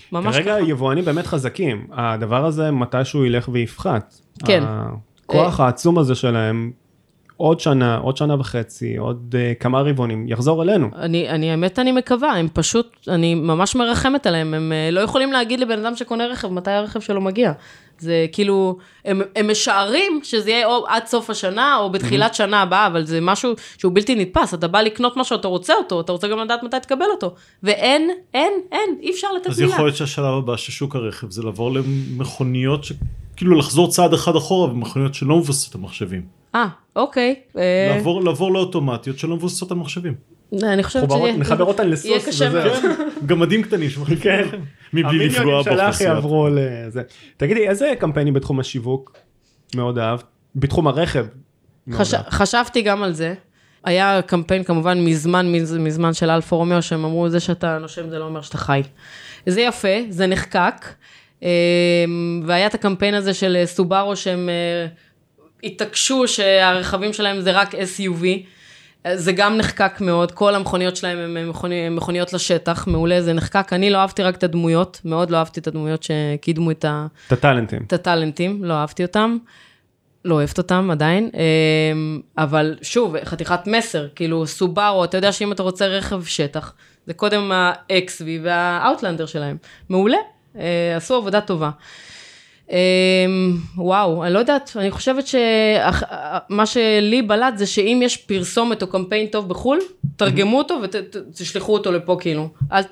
ממש כרגע ככה. יבואנים באמת חזקים, הדבר הזה מתישהו ילך ויפחת. כן. הכוח העצום הזה שלהם, עוד שנה וחצי, עוד כמה רבעונים, יחזור אלינו. האמת אני מקווה, הם פשוט, אני ממש מרחמת עליהם, הם לא יכולים להגיד לבן אדם שקונה רכב, מתי הרכב שלו מגיע. זה כאילו, הם משערים שזה יהיה או עד סוף השנה, או בתחילת שנה הבאה, אבל זה משהו שהוא בלתי נתפס, אתה בא לקנות משהו, אתה רוצה אותו, אתה רוצה גם לדעת מתי תקבל אותו, ואין, אי אפשר לתת מילה. אז יכול להיות שהשלב הבא ששוק הרכב, זה לעבור למכוניות, כאילו לחזור צעד אחד אחורה, במכוניות שלא מבוססות המחשבים. אוקיי. לעבור לאוטומטיות שלא מבוססות המחשבים. אני חושבת נחבר אותן לסוס. יהיה קשה מאוד. גמדים קטנים שמחליפים לכם. מבלי לפגוע באוכלוסיות. יעברו לזה. תגידי, איזה קמפיינים בתחום השיווק מאוד אהבת? בתחום הרכב? חשבתי גם על זה. היה קמפיין כמובן מזמן של אלפה רומאו, שהם אמרו, זה שאתה נושם זה לא אומר שאתה חי. זה יפה, זה נחקק. והיה את הקמפיין הזה של סובארו, שהם התעקשו שהרכבים שלהם זה רק SUV. זה גם נחקק מאוד, כל המכוניות שלהם הם מכוניות לשטח, מעולה, זה נחקק, אני לא אהבתי רק את הדמויות, מאוד לא אהבתי את הדמויות שקידמו את הטלנטים. את הטלנטים, לא אהבתי אותם, לא אוהבת אותם עדיין, אבל שוב, חתיכת מסר, כאילו סובארו, אתה יודע שאם אתה רוצה רכב שטח, זה קודם ה-XV והאוטלנדר שלהם, מעולה, עשו עבודה טובה. וואו, אני לא יודעת, אני חושבת שמה שלי בלט זה שאם יש פרסומת או קמפיין טוב בחול, תרגמו אותו ותשלחו אותו לפה כאילו.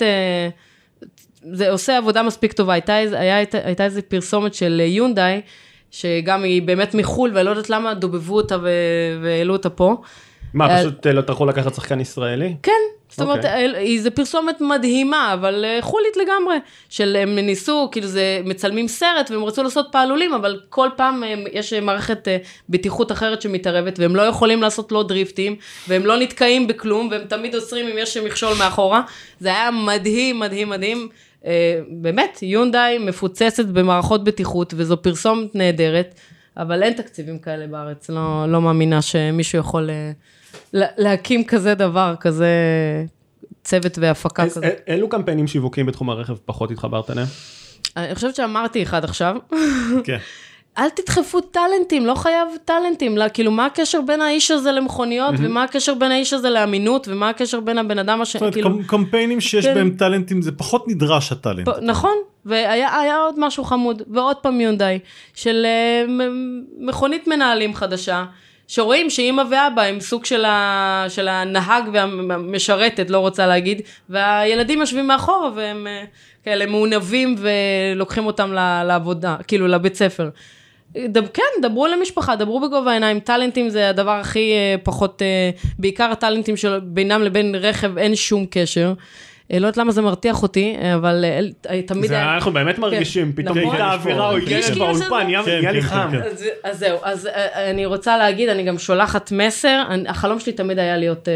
זה עושה עבודה מספיק טובה. הייתה איזו פרסומת של יונדאי, שגם היא באמת מחול, ואני לא יודעת למה דובבו אותה והעלו אותה פה. מה, פשוט לא תלכו לקחת שחקן ישראלי? כן. זאת אומרת, זו פרסומת מדהימה, אבל חולית לגמרי, הם ניסו, כאילו זה מצלמים סרט, והם רצו לעשות פעלולים, אבל כל פעם יש מערכת בטיחות אחרת שמתערבת, והם לא יכולים לעשות לא דריפטים, והם לא נתקעים בכלום, והם תמיד עוצרים אם יש מכשול מאחורה. זה היה מדהים, מדהים, מדהים. באמת, יונדאי מפוצצת במערכות בטיחות, וזו פרסומת נהדרת, אבל אין תקציבים כאלה בארץ, לא מאמינה שמישהו יכול להקים כזה דבר, כזה צוות והפקה כזה. אילו קמפיינים שיווקים בתחום הרכב פחות התחברת להם? אני חושבת שאמרתי אחד עכשיו. כן. אל תדחפו טלנטים, לא חייב טלנטים, כאילו מה הקשר בין האיש הזה למכוניות, ומה הקשר בין האיש הזה לאמינות, ומה הקשר בין הבן אדם השני, כאילו... קמפיינים שיש בהם טלנטים, זה פחות נדרש הטלנט. נכון, והיה עוד משהו חמוד, ועוד פעם יונדאי, של מכונית מנהלים חדשה, שרואים שאמא ואבא הם סוג של הנהג והמשרתת, לא רוצה להגיד, והילדים יושבים מאחור, והם כאלה מעונבים ולוקחים אותם לעבודה, כאילו לבית ספר. כן, דברו למשפחה, דברו בגובה העיניים, טלנטים זה הדבר הכי פחות, בעיקר הטלנטים שבינם לבין רכב אין שום קשר. לא יודעת למה זה מרתיח אותי, אבל תמיד... אנחנו באמת מרגישים, פתאום את האווירה או ילד באולפן, יהיה לי חם. אז זהו, אז אני רוצה להגיד, אני גם שולחת מסר, החלום שלי תמיד היה להיות,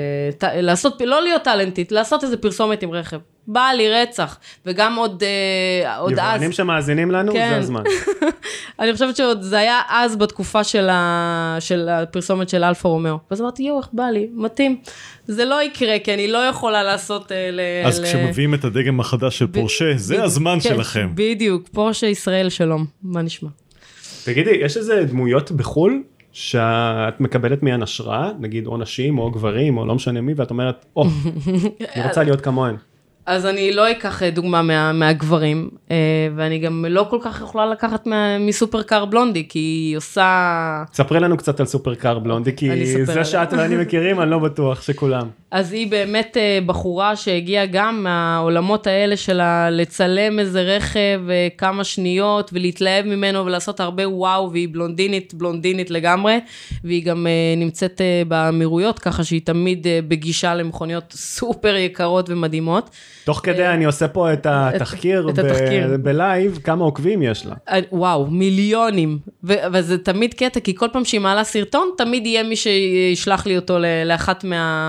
לא להיות טלנטית, לעשות איזה פרסומת עם רכב. בא לי רצח, וגם עוד אז... יבואנים שמאזינים לנו, זה הזמן. אני חושבת שעוד זה היה אז בתקופה של הפרסומת של אלפה רומאו. ואז אמרתי, איך בא לי, מתאים. זה לא יקרה, כי אני לא יכולה לעשות... אז כשמביאים את הדגם החדש של פורשה, זה הזמן שלכם. בדיוק, פורשה ישראל שלום. מה נשמע? תגידי, יש איזה דמויות בחול שאת מקבלת מהן השראה, נגיד או נשים או גברים או לא משנה מי, ואת אומרת, אני רוצה להיות כמוהן. אז אני לא אקח דוגמה מהגברים, ואני גם לא כל כך יכולה לקחת מסופרקאר בלונדי, כי היא עושה... תספרי לנו קצת על סופרקאר בלונדי, כי זה שאת ואני מכירים, אני לא בטוח שכולם. אז היא באמת בחורה שהגיעה גם מהעולמות האלה של לצלם איזה רכב כמה שניות, ולהתלהב ממנו ולעשות הרבה וואו, והיא בלונדינית לגמרי, והיא גם נמצאת באמירויות, ככה שהיא תמיד בגישה למכוניות סופר יקרות ומדהימות. תוך כדי אני עושה פה את התחקיר בלייב, כמה עוקבים יש לה. וואו, מיליונים, וזה תמיד קטע, כי כל פעם שהיא מעלה סרטון, תמיד יהיה מי שישלח לי אותו לאחת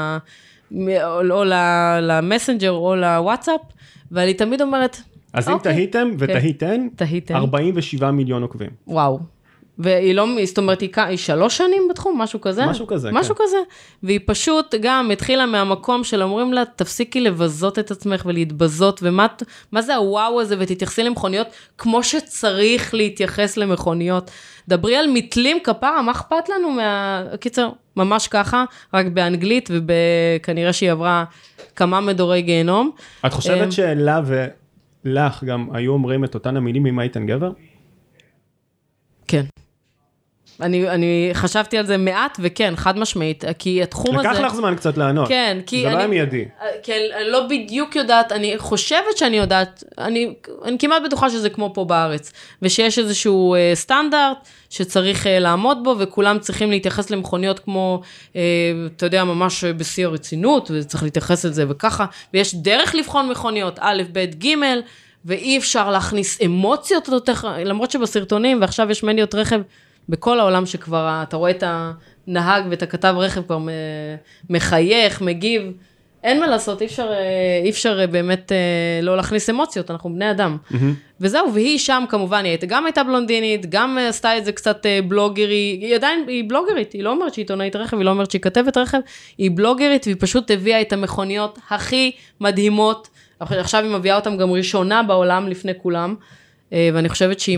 או למסנג'ר או לוואטסאפ, ואני תמיד אומרת, אז אם תהיתם ותהיתן, 47 מיליון עוקבים. וואו. והיא לא, זאת אומרת, היא 3 שנים בתחום, משהו כזה. משהו כזה, משהו כזה. והיא פשוט גם התחילה מהמקום של אומרים לה, תפסיקי לבזות את עצמך ולהתבזות, ומה זה הוואו הזה, ותתייחסי למכוניות, כמו שצריך להתייחס למכוניות. דברי על מתלים כפרה, מה אכפת לנו קיצר, ממש ככה, רק באנגלית, וכנראה שהיא עברה כמה מדורי גיהנום. את חושבת שלה ולך גם היו אומרים את אותן המילים אם הייתן גבר? כן. אני חשבתי על זה מעט, וכן, חד משמעית, כי התחום הזה... לקח לך זמן קצת לענות. כן, כי זה לא היה מיידי. כן, אני לא בדיוק יודעת, אני חושבת שאני יודעת, אני כמעט בטוחה שזה כמו פה בארץ, ושיש איזשהו סטנדרט שצריך לעמוד בו, וכולם צריכים להתייחס למכוניות כמו, אתה יודע, ממש בשיא הרצינות, וצריך להתייחס לזה וככה, ויש דרך לבחון מכוניות, א', ב', ג', ואי אפשר להכניס אמוציות, למרות שבסרטונים, ועכשיו יש מניות רכב, בכל העולם שכבר אתה רואה את הנהג ואת הכתב רכב כבר מחייך, מגיב, אין מה לעשות, אי אפשר באמת לא להכניס אמוציות, אנחנו בני אדם. וזהו, והיא שם כמובן, היא גם הייתה בלונדינית, גם עשתה את זה קצת בלוגרי, היא עדיין, היא בלוגרית, היא לא אומרת שהיא עיתונאית רכב, היא לא אומרת שהיא כתבת רכב, היא בלוגרית, והיא פשוט הביאה את המכוניות הכי מדהימות, עכשיו היא מביאה אותם גם ראשונה בעולם לפני כולם, ואני חושבת שהיא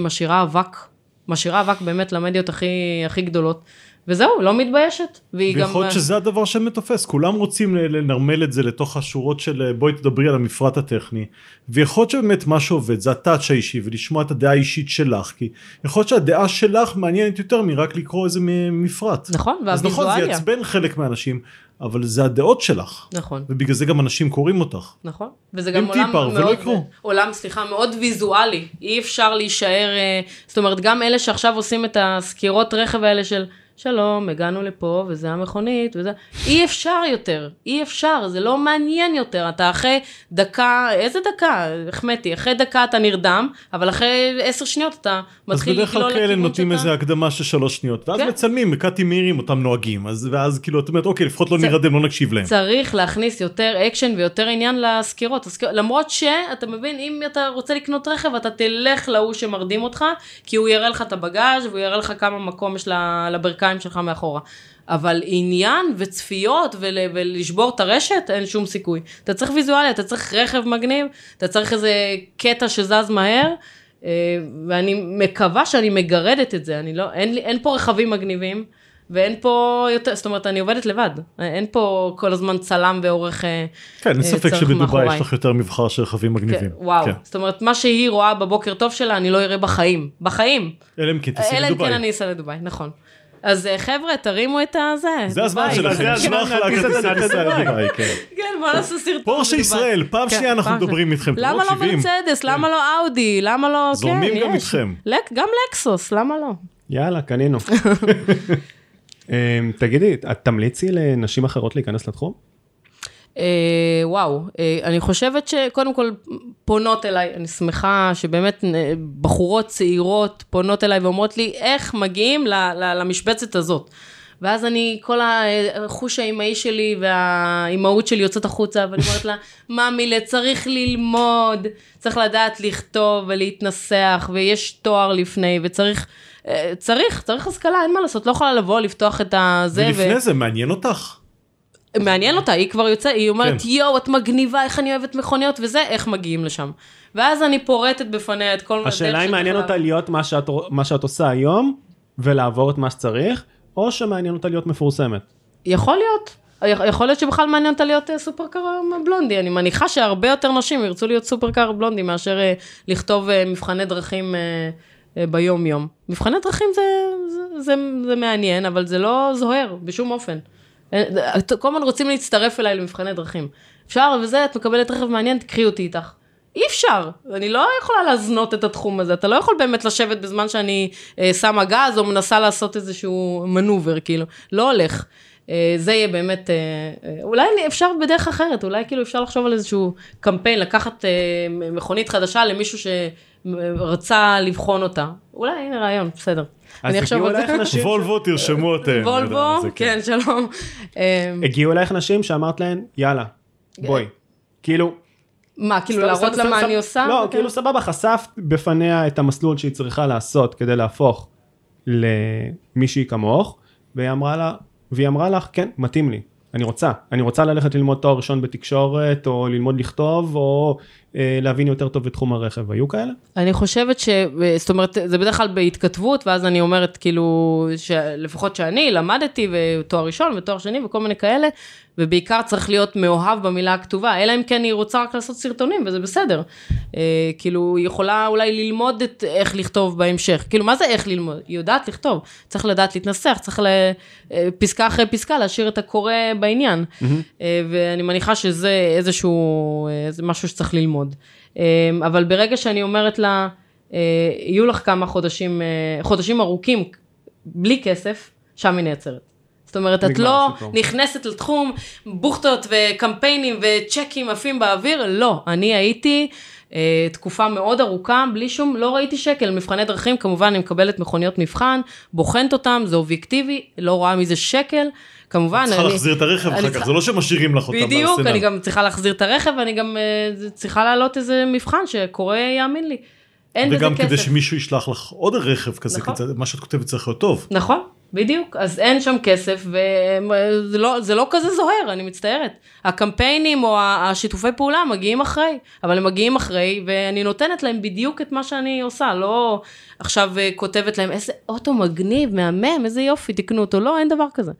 משאירה אבק באמת למדיות הכי גדולות, וזהו, לא מתביישת. ויכול להיות שזה הדבר שמתופס, כולם רוצים לנרמל את זה לתוך השורות של בואי תדברי על המפרט הטכני, ויכול להיות שבאמת מה שעובד זה הטאץ' האישי, ולשמוע את הדעה האישית שלך, כי יכול להיות שהדעה שלך מעניינת יותר מרק לקרוא איזה מפרט. נכון, והוויזואליה. אז נכון, זה יעצבן חלק מהאנשים, אבל זה הדעות שלך. נכון. ובגלל זה גם אנשים קוראים אותך. נכון. וזה גם עולם מאוד ויזואלי. אי אפשר להישאר, זאת אומרת, גם אלה שעכשיו עושים את הסקירות רכב האלה של שלום, הגענו לפה, וזה המכונית, וזה... אי אפשר יותר, אי אפשר, זה לא מעניין יותר. אתה אחרי דקה, איזה דקה? החמאתי, אחרי דקה אתה נרדם, אבל אחרי 10 שניות אתה מתחיל לגלול לכיוון שאתה... אז בדרך כלל כאלה נותנים איזה הקדמה של 3 שניות, ואז מצלמים, מקטים מהירים, אותם נוהגים, ואז כאילו, את אומרת, אוקיי, לפחות לא נרדם, לא נקשיב להם. צריך להכניס יותר אקשן ויותר עניין לסקירות, למרות שאתה מבין, אם אתה רוצה לקנות רכב, אתה תלך להוא שמרדים אותך, כי הוא יראה לך את הבגאז' והוא יראה לך כמה מקום יש לברכיים שלך מאחורה. אבל עניין וצפיות ולשבור את הרשת, אין שום סיכוי. אתה צריך ויזואליה, אתה צריך רכב מגניב, אתה צריך איזה קטע שזז מהר, ואני מקווה שאני מגרדת את זה. אין פה רכבים מגניבים, ואין פה יותר, זאת אומרת, אני עובדת לבד. אין פה כל הזמן צלם ועורך כן, אין ספק שבדובאי יש לך יותר מבחר של רכבים מגניבים. וואו, זאת אומרת, מה שהיא רואה בבוקר טוב שלה, אני לא אראה בחיים. בחיים. אלא אם כן תיסע לדובאי. אלא אם כן אני אסע לדובאי, נכון. אז חבר'ה, תרימו את הזה. זה הזמן שלכם, נשמח להטיס לדובאי, כן. כן, בוא נעשה סרטון. פורשה ישראל, פעם שנייה אנחנו מדברים איתכם. למה לא מרצדס, למה לא אאודי, למה לא... זורמים גם איתכם. גם לקסוס, למה לא? יאללה, קנינו. תגידי, את תמליצי לנשים אחרות להיכנס לתחום? וואו, אני חושבת שקודם כל פונות אליי, אני שמחה שבאמת בחורות צעירות פונות אליי ואומרות לי איך מגיעים למשבצת הזאת. ואז כל החוש האימהי שלי והאימהות שלי יוצאת החוצה, ואני אומרת לה, מאמי, צריך ללמוד, צריך לדעת לכתוב ולהתנסח, ויש תואר לפני, וצריך... צריך השכלה, אין מה לעשות, לא יכולה לבוא, לפתוח את הזה. ולפני זה, מעניין אותך? מעניין אותה, היא כבר יוצא, היא אומרת, יואו, את מגניבה, איך אני אוהבת מכוניות, וזה, איך מגיעים לשם. ואז אני פורטת בפניה את כל... השאלה היא מעניין אותה להיות מה שאת עושה היום, ולעבור את מה שצריך, או שמעניין אותה להיות מפורסמת? יכול להיות. יכול להיות שבכלל מעניין אותה להיות סופרקאר בלונדי. אני מניחה שהרבה יותר נשים ירצו להיות סופרקאר בלונדי, מאשר לכתוב מבחני דרכים ביום יום. מבחני דרכים זה מעניין, אבל זה לא זוהר בשום אופן. כל הזמן רוצים להצטרף אליי למבחני דרכים. אפשר, וזה, את מקבלת רכב מעניין, תקחי אותי איתך. אי אפשר. אני לא יכולה להזנות את התחום הזה. אתה לא יכול באמת לשבת בזמן שאני שמה גז, או מנסה לעשות איזשהו מנובר, כאילו. לא הולך. זה יהיה באמת, אולי אפשר בדרך אחרת, אולי כאילו אפשר לחשוב על איזשהו קמפיין, לקחת מכונית חדשה למישהו שרצה לבחון אותה. אולי, הנה רעיון, בסדר. אז הגיעו אלייך נשים... וולבו, תרשמו אותם. וולבו, כן, שלום. הגיעו אלייך נשים שאמרת להן, יאללה, בואי. כאילו... מה, כאילו להראות לה מה אני עושה? לא, כאילו סבבה, חשפת בפניה את המסלול שהיא צריכה לעשות כדי להפוך למישהי כמוך, והיא אמרה לך, כן, מתאים לי. אני רוצה ללכת ללמוד תואר ראשון בתקשורת, או ללמוד לכתוב, או להבין יותר טוב בתחום הרכב. היו כאלה? אני חושבת זאת אומרת, זה בדרך כלל בהתכתבות, ואז אני אומרת, כאילו, לפחות שאני למדתי, ותואר ראשון, ותואר שני, וכל מיני כאלה, ובעיקר צריך להיות מאוהב במילה הכתובה, אלא אם כן היא רוצה רק לעשות סרטונים, וזה בסדר. כאילו, היא יכולה אולי ללמוד איך לכתוב בהמשך. כאילו, מה זה איך ללמוד? היא יודעת לכתוב. צריך לדעת להתנסח, צריך פסקה אחרי פסקה, להשאיר את הקורא בעניין. ואני מניחה שזה איזשהו, זה משהו שצריך ללמוד. אבל ברגע שאני אומרת לה, יהיו לך כמה חודשים ארוכים, בלי כסף, שם היא נעצרת. זאת אומרת, את לא נכנסת לתחום בוכטות וקמפיינים וצ'קים עפים באוויר, לא. אני הייתי תקופה מאוד ארוכה, בלי שום, לא ראיתי שקל. מבחני דרכים, כמובן, אני מקבלת מכוניות מבחן, בוחנת אותם, זה אובייקטיבי, לא רואה מזה שקל. כמובן, צריכה להחזיר את הרכב אחר כך, זה לא שמשאירים לך אותם בארסנל. בדיוק, אני גם צריכה להחזיר את הרכב, ואני גם צריכה להעלות איזה מבחן שקורא יאמין לי. וגם כדי שמישהו ישלח לך עוד רכב כזה, מה שאת כותבת צריך להיות טוב. נכון, בדיוק. אז אין שם כסף, וזה לא כזה זוהר, אני מצטערת. הקמפיינים או השיתופי פעולה מגיעים אחרי, אבל הם מגיעים אחרי, ואני נותנת להם בדיוק את מה שאני עושה, לא עכשיו כותבת להם, איזה אוטו מגניב, מהמם, איזה יופי, תקנו אותו, לא, אין דבר כזה.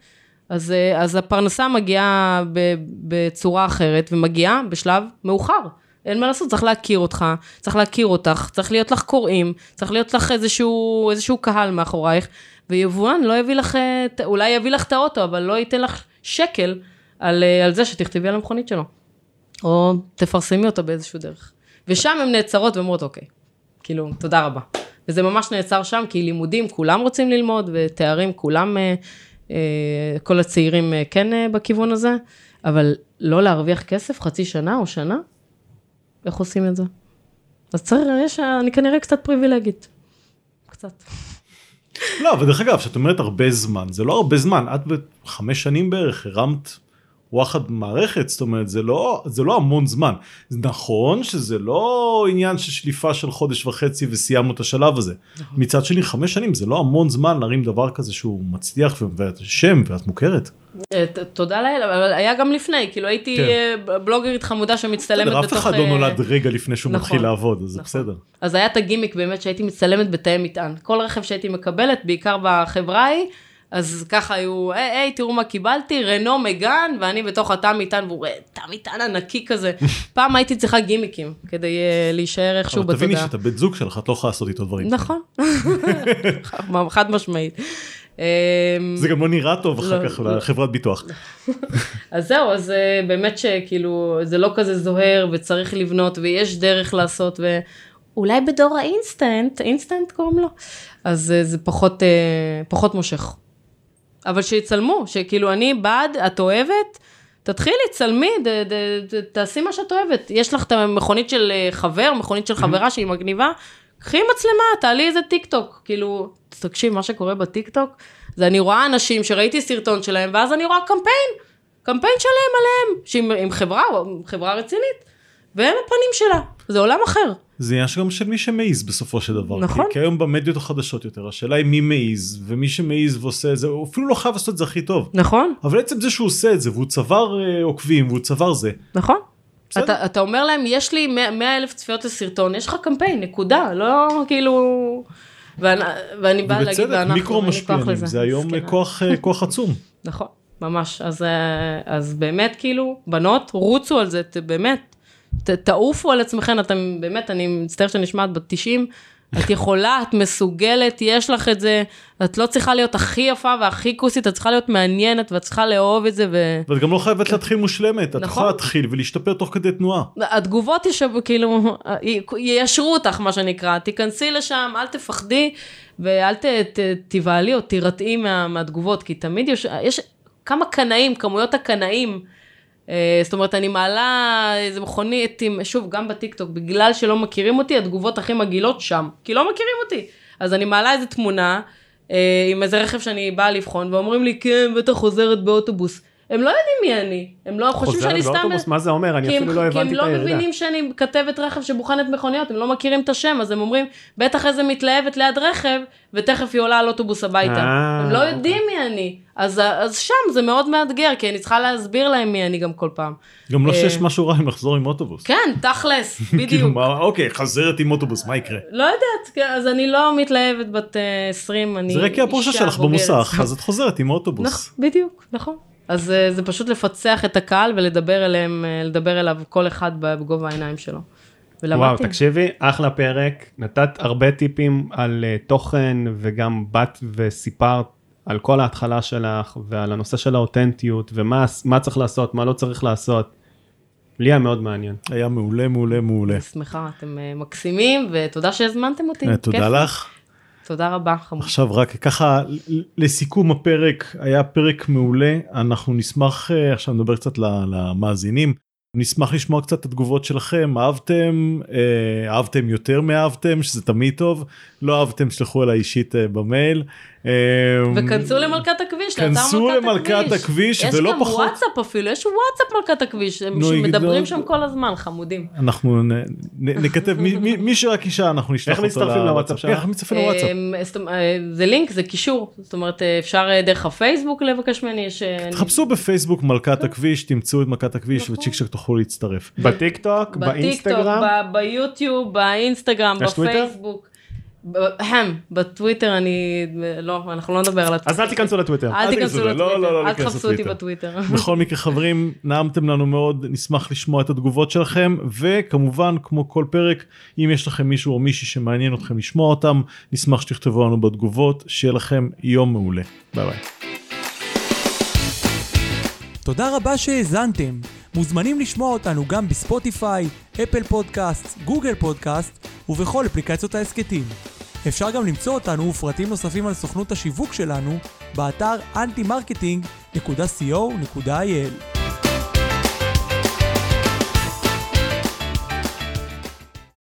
אז הפרנסה מגיעה בצורה אחרת, ומגיעה בשלב מאוחר. אין מה לעשות, צריך להכיר אותך, צריך להכיר אותך, צריך להיות לך קוראים, צריך להיות לך איזשהו קהל מאחורייך, ויבואן לא יביא לך, אולי יביא לך את האוטו, אבל לא ייתן לך שקל על זה שתכתבי על המכונית שלו. או תפרסמי אותו באיזשהו דרך. ושם הן נעצרות ואומרות, אוקיי, כאילו, תודה רבה. וזה ממש נעצר שם, כי לימודים, כולם רוצים ללמוד, ותארים, כולם, כל הצעירים כן בכיוון הזה, אבל לא להרוויח כסף חצי שנה או שנה, איך עושים את זה? אז אני כנראה קצת פריבילגית. קצת. לא, אבל דרך אגב, שאת אומרת הרבה זמן, זה לא הרבה זמן, את ב5 שנים בערך הרמת וואחד מערכת, זאת אומרת, זה לא המון זמן. זה נכון שזה לא עניין של שליפה של חודש וחצי וסיימנו את השלב הזה. מצד שני, 5 שנים, זה לא המון זמן להרים דבר כזה שהוא מצליח ואת שם ואת מוכרת. תודה לאל, אבל היה גם לפני, כאילו הייתי בלוגרית חמודה שמצטלמת בתוך... אף אחד לא נולד רגע לפני שהוא מתחיל לעבוד, אז זה בסדר. אז היה את הגימיק באמת שהייתי מצטלמת בתאי מטען. כל רכב שהייתי מקבלת, בעיקר בחברה ההיא, אז ככה היו, היי, תראו מה קיבלתי, רנו מגן, ואני בתוך התא מטען, והוא תא מטען ענקי כזה. פעם הייתי צריכה גימיקים, כדי להישאר איכשהו בתודעה. אבל תביני שאתה בית זוג שלך, את לא יכולה לעשות איתו דברים. נכון. חד משמעית. זה גם לא נראה טוב אחר כך לחברת ביטוח. אז זהו, אז באמת שכאילו, זה לא כזה זוהר, וצריך לבנות, ויש דרך לעשות, ואולי בדור האינסטנט קוראים לו, אז זה פחות מושך. אבל שיצלמו, שכאילו אני בעד, את אוהבת, תתחילי, צלמי, תעשי מה שאת אוהבת. יש לך את המכונית של חבר, מכונית של חברה שהיא מגניבה, קחי מצלמה, תעלי איזה טיק טוק, כאילו, תקשיב, מה שקורה בטיק טוק, זה אני רואה אנשים שראיתי סרטון שלהם, ואז אני רואה קמפיין שלהם עליהם, עם חברה רצינית, והם הפנים שלה, זה עולם אחר. זה יש גם של מי שמעיז בסופו של דבר, נכון. כי היום במדיות החדשות יותר, השאלה היא מי מעיז, ומי שמעיז ועושה את זה, הוא אפילו לא חייב לעשות את זה הכי טוב. נכון. אבל בעצם זה שהוא עושה את זה, והוא צבר עוקבים, והוא צבר זה. נכון. אתה אומר להם, יש לי 100,000 צפיות לסרטון, יש לך קמפיין, נקודה, לא כאילו... ואני באה להגיד, ובצדק, מיקרו משפיענים, זה היום כוח עצום. נכון, ממש. אז באמת, כאילו, בנות, רוצו על זה, באמת, תעופו על עצמכם, אתם באמת, אני מצטער שנשמעת ב-90, את יכולה, את מסוגלת, יש לך את זה, את לא צריכה להיות הכי יפה והכי כוסית, את צריכה להיות מעניינת, ואת צריכה לאהוב את זה. ואת גם לא חייבת להתחיל מושלמת, את יכולה להתחיל ולהשתפר תוך כדי תנועה. התגובות כאילו, יישרו אותך, מה שנקרא, תיכנסי לשם, אל תפחדי, ואל תבעלי או תירתעי מהתגובות, כי תמיד יש כמה קנאים, כמויות הקנאים, זאת אומרת, אני מעלה איזה מכונית, שוב, גם בטיקטוק, בגלל שלא מכירים אותי, התגובות הכי מגעילות שם, כי לא מכירים אותי. אז אני מעלה איזה תמונה, עם איזה רכב שאני באה לבחון, ואומרים לי, כן, בטח חוזרת באוטובוס. הם לא יודעים מי אני, הם לא חושבים שאני סתם... באוטובוס, מה זה אומר? אני אפילו לא הבנתי את הירידה. כי הם לא מבינים שאני כתבת רכב שבוחנת מכוניות, הם לא מכירים את השם, אז הם אומרים, בטח איזה מתלהבת ליד רכב, ותכף היא עולה על אוטובוס הביתה. הם לא יודעים מי אני. אז שם זה מאוד מאתגר, כי אני צריכה להסביר להם מי אני גם כל פעם. גם לא שיש משהו רע אם לחזור עם אוטובוס. כן, תכלס, בדיוק. אוקיי, חזרת עם אוטובוס, מה יקרה? לא יודעת, אז אני לא מתלהבת בת 20, אני זה רק הפורשה שלך במוסך, אז את חוזרת עם אוטובוס. בדיוק, נכון. אז זה פשוט לפצח את הקהל ולדבר אליו כל אחד בגובה העיניים שלו. וואו, תקשיבי, אחלה פרק, נתת הרבה טיפים על תוכן וגם באת וסיפרת על כל ההתחלה שלך ועל הנושא של האותנטיות ומה צריך לעשות, מה לא צריך לעשות. לי היה מאוד מעניין. היה מעולה, מעולה, מעולה. אני שמחה, אתם מקסימים ותודה שהזמנתם אותי. תודה לך. תודה רבה, חמוד. עכשיו רק ככה לסיכום הפרק, היה פרק מעולה, אנחנו נשמח, עכשיו נדבר קצת למאזינים, נשמח לשמוע קצת את התגובות שלכם, אהבתם יותר מאהבתם, שזה תמיד טוב, לא אהבתם, שלחו אליי אישית במייל. וכנסו למלכת הכביש, כנסו למלכת הכביש, ולא פחות. יש גם וואטסאפ אפילו, יש וואטסאפ מלכת הכביש, שמדברים שם כל הזמן, חמודים. אנחנו נכתב, מי שרק אישה, אנחנו נשלח אותו. איך מצטרפים לוואטסאפ שלך? איך מצטרפים לוואטסאפ? זה לינק, זה קישור, זאת אומרת, אפשר דרך הפייסבוק לבקש ממני. תחפשו בפייסבוק מלכת הכביש, תמצאו את מלכת הכביש, וצ'יק שק תוכלו להצטרף. בטיקטוק, באינסטגרם? ביוטיוב, באינסטגרם, בפייסבוק. בטוויטר אנחנו לא נדבר על הטוויטר. אז אל תיכנסו לטוויטר. אל תחפשו אותי בטוויטר. בכל מקרה חברים, נעמתם לנו מאוד, נשמח לשמוע את התגובות שלכם, וכמובן כמו כל פרק, אם יש לכם מישהו או מישהי שמעניין אתכם לשמוע אותם, נשמח שתכתבו לנו בתגובות, שיהיה לכם יום מעולה. ביי ביי. תודה רבה שהאזנתם. מוזמנים לשמוע אותנו גם בספוטיפיי, אפל פודקאסט, גוגל פודקאסט ובכל אפליקציות העסקתים. אפשר גם למצוא אותנו ופרטים נוספים על סוכנות השיווק שלנו באתר antimarketing.co.il.